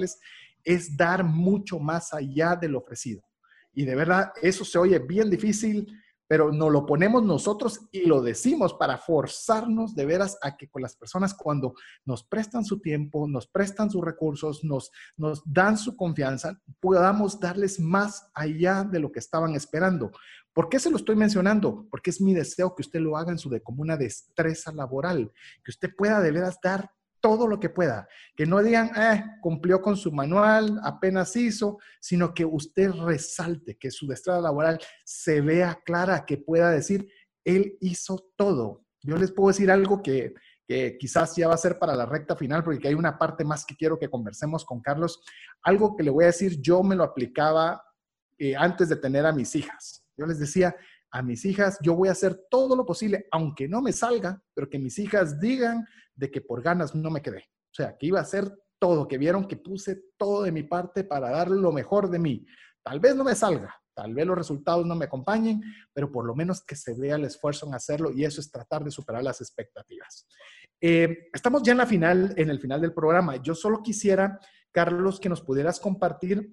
es dar mucho más allá de lo ofrecido. Y de verdad, eso se oye bien difícil, pero nos lo ponemos nosotros y lo decimos para forzarnos de veras a que con las personas, cuando nos prestan su tiempo, nos prestan sus recursos, nos dan su confianza, podamos darles más allá de lo que estaban esperando. ¿Por qué se lo estoy mencionando? Porque es mi deseo que usted lo haga en su como una destreza laboral, que usted pueda de veras dar todo lo que pueda, que no digan, cumplió con su manual, apenas hizo, sino que usted resalte, que su destreza laboral se vea clara, que pueda decir, él hizo todo. Yo les puedo decir algo que quizás ya va a ser para la recta final, porque hay una parte más que quiero que conversemos con Carlos. Algo que le voy a decir, yo me lo aplicaba antes de tener a mis hijas. Yo les decía a mis hijas, yo voy a hacer todo lo posible, aunque no me salga, pero que mis hijas digan de que por ganas no me quedé. O sea, que iba a hacer todo, que vieron que puse todo de mi parte para dar lo mejor de mí. Tal vez no me salga, tal vez los resultados no me acompañen, pero por lo menos que se vea el esfuerzo en hacerlo, y eso es tratar de superar las expectativas. Estamos ya en el final del programa. Yo solo quisiera, Carlos, que nos pudieras compartir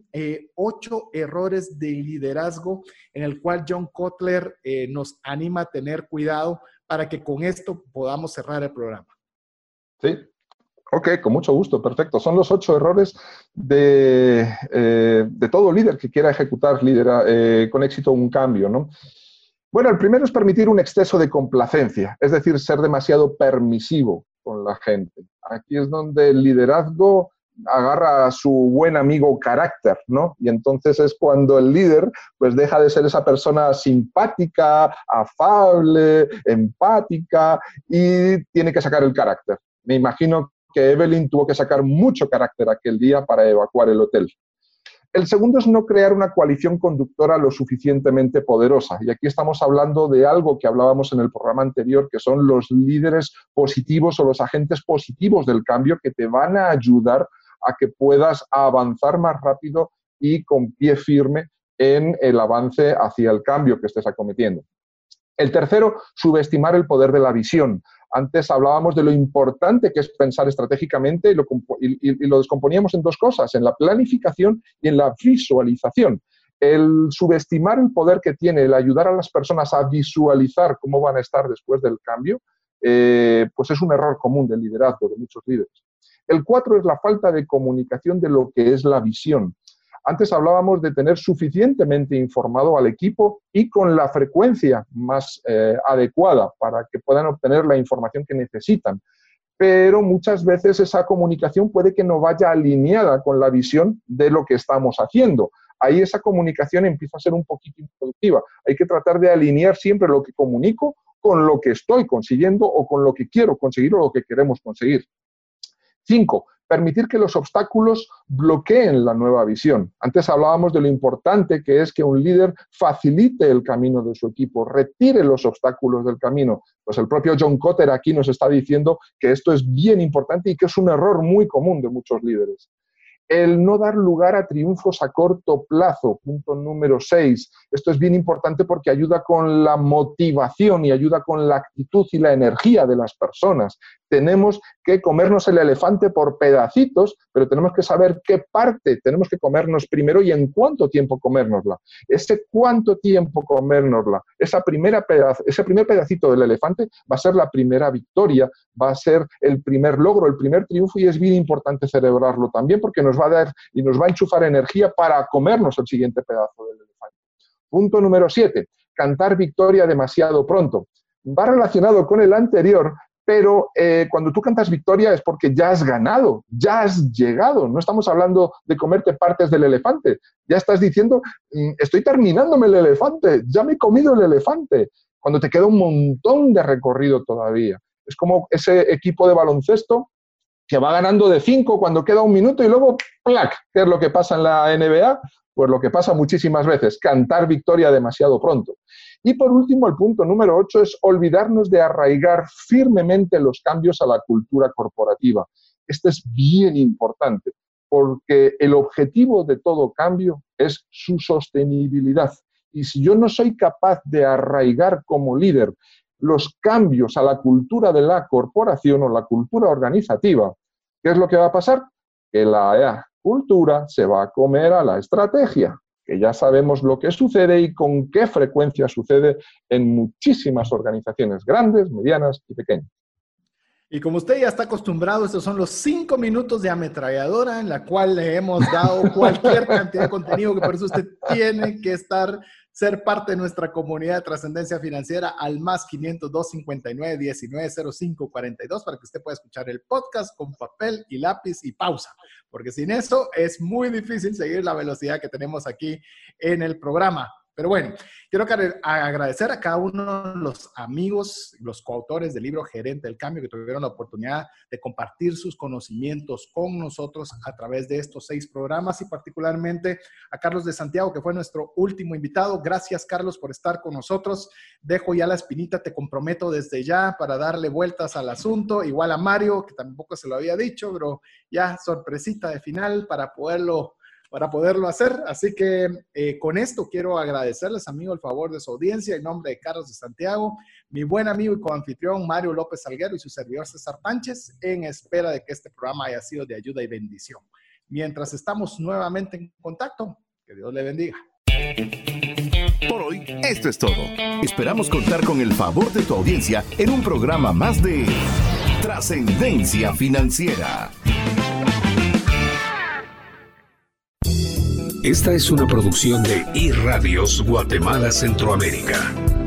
8 errores de liderazgo en el cual John Kotler nos anima a tener cuidado, para que con esto podamos cerrar el programa. Sí, ok, con mucho gusto, perfecto. Son los 8 errores de todo líder que quiera ejecutar con éxito un cambio, ¿no? Bueno, el primero es permitir un exceso de complacencia, es decir, ser demasiado permisivo con la gente. Aquí es donde el liderazgo agarra a su buen amigo carácter, ¿no? Y entonces es cuando el líder pues deja de ser esa persona simpática, afable, empática, y tiene que sacar el carácter. Me imagino que Evelyn tuvo que sacar mucho carácter aquel día para evacuar el hotel. El segundo es no crear una coalición conductora lo suficientemente poderosa. Y aquí estamos hablando de algo que hablábamos en el programa anterior, que son los líderes positivos o los agentes positivos del cambio, que te van a ayudar a que puedas avanzar más rápido y con pie firme en el avance hacia el cambio que estés acometiendo. El tercero, subestimar el poder de la visión. Antes hablábamos de lo importante que es pensar estratégicamente, y lo descomponíamos en 2 cosas, en la planificación y en la visualización. El subestimar el poder que tiene el ayudar a las personas a visualizar cómo van a estar después del cambio, pues es un error común del liderazgo de muchos líderes. El 4 es la falta de comunicación de lo que es la visión. Antes hablábamos de tener suficientemente informado al equipo y con la frecuencia más adecuada para que puedan obtener la información que necesitan. Pero muchas veces esa comunicación puede que no vaya alineada con la visión de lo que estamos haciendo. Ahí esa comunicación empieza a ser un poquito improductiva. Hay que tratar de alinear siempre lo que comunico con lo que estoy consiguiendo o con lo que quiero conseguir o lo que queremos conseguir. 5. Permitir que los obstáculos bloqueen la nueva visión. Antes hablábamos de lo importante que es que un líder facilite el camino de su equipo, retire los obstáculos del camino. Pues el propio John Kotter aquí nos está diciendo que esto es bien importante y que es un error muy común de muchos líderes. El no dar lugar a triunfos a corto plazo, punto número 6. Esto es bien importante porque ayuda con la motivación y ayuda con la actitud y la energía de las personas. Tenemos que comernos el elefante por pedacitos, pero tenemos que saber qué parte tenemos que comernos primero y en cuánto tiempo comérnosla. Ese cuánto tiempo comérnosla, ese primer pedacito del elefante va a ser la primera victoria, va a ser el primer logro, el primer triunfo, y es bien importante celebrarlo también porque nos va a dar y nos va a enchufar energía para comernos el siguiente pedazo del elefante. Punto número 7. Cantar victoria demasiado pronto. Va relacionado con el anterior, pero cuando tú cantas victoria es porque ya has ganado, ya has llegado. No estamos hablando de comerte partes del elefante. Ya estás diciendo, estoy terminándome el elefante, ya me he comido el elefante. Cuando te queda un montón de recorrido todavía. Es como ese equipo de baloncesto que va ganando de 5 cuando queda un minuto y luego ¡plac! ¿Qué es lo que pasa en la NBA? Pues lo que pasa muchísimas veces, cantar victoria demasiado pronto. Y por último, el punto número 8 es olvidarnos de arraigar firmemente los cambios a la cultura corporativa. Esto es bien importante, porque el objetivo de todo cambio es su sostenibilidad. Y si yo no soy capaz de arraigar como líder los cambios a la cultura de la corporación o la cultura organizativa, ¿qué es lo que va a pasar? Que la cultura se va a comer a la estrategia, que ya sabemos lo que sucede y con qué frecuencia sucede en muchísimas organizaciones grandes, medianas y pequeñas. Y como usted ya está acostumbrado, estos son los 5 minutos de ametralladora en la cual le hemos dado cualquier cantidad de contenido, que por eso usted tiene que ser parte de nuestra comunidad de trascendencia financiera al más 502 59 19 05 42 para que usted pueda escuchar el podcast con papel y lápiz y pausa, porque sin eso es muy difícil seguir la velocidad que tenemos aquí en el programa. Pero bueno, quiero agradecer a cada uno de los amigos, los coautores del libro Gerente del Cambio, que tuvieron la oportunidad de compartir sus conocimientos con nosotros a través de estos 6 programas, y particularmente a Carlos de Santiago, que fue nuestro último invitado. Gracias, Carlos, por estar con nosotros. Dejo ya la espinita, te comprometo desde ya para darle vueltas al asunto. Igual a Mario, que tampoco se lo había dicho, pero ya sorpresita de final para poderlo hacer. Así que con esto quiero agradecerles, amigos, el favor de su audiencia en nombre de Carlos de Santiago, mi buen amigo y coanfitrión Mario López Salguero y su servidor César Tánchez, en espera de que este programa haya sido de ayuda y bendición. Mientras estamos nuevamente en contacto, que Dios le bendiga. Por hoy, esto es todo. Esperamos contar con el favor de tu audiencia en un programa más de Trascendencia Financiera. Esta es una producción de iRadios Guatemala Centroamérica.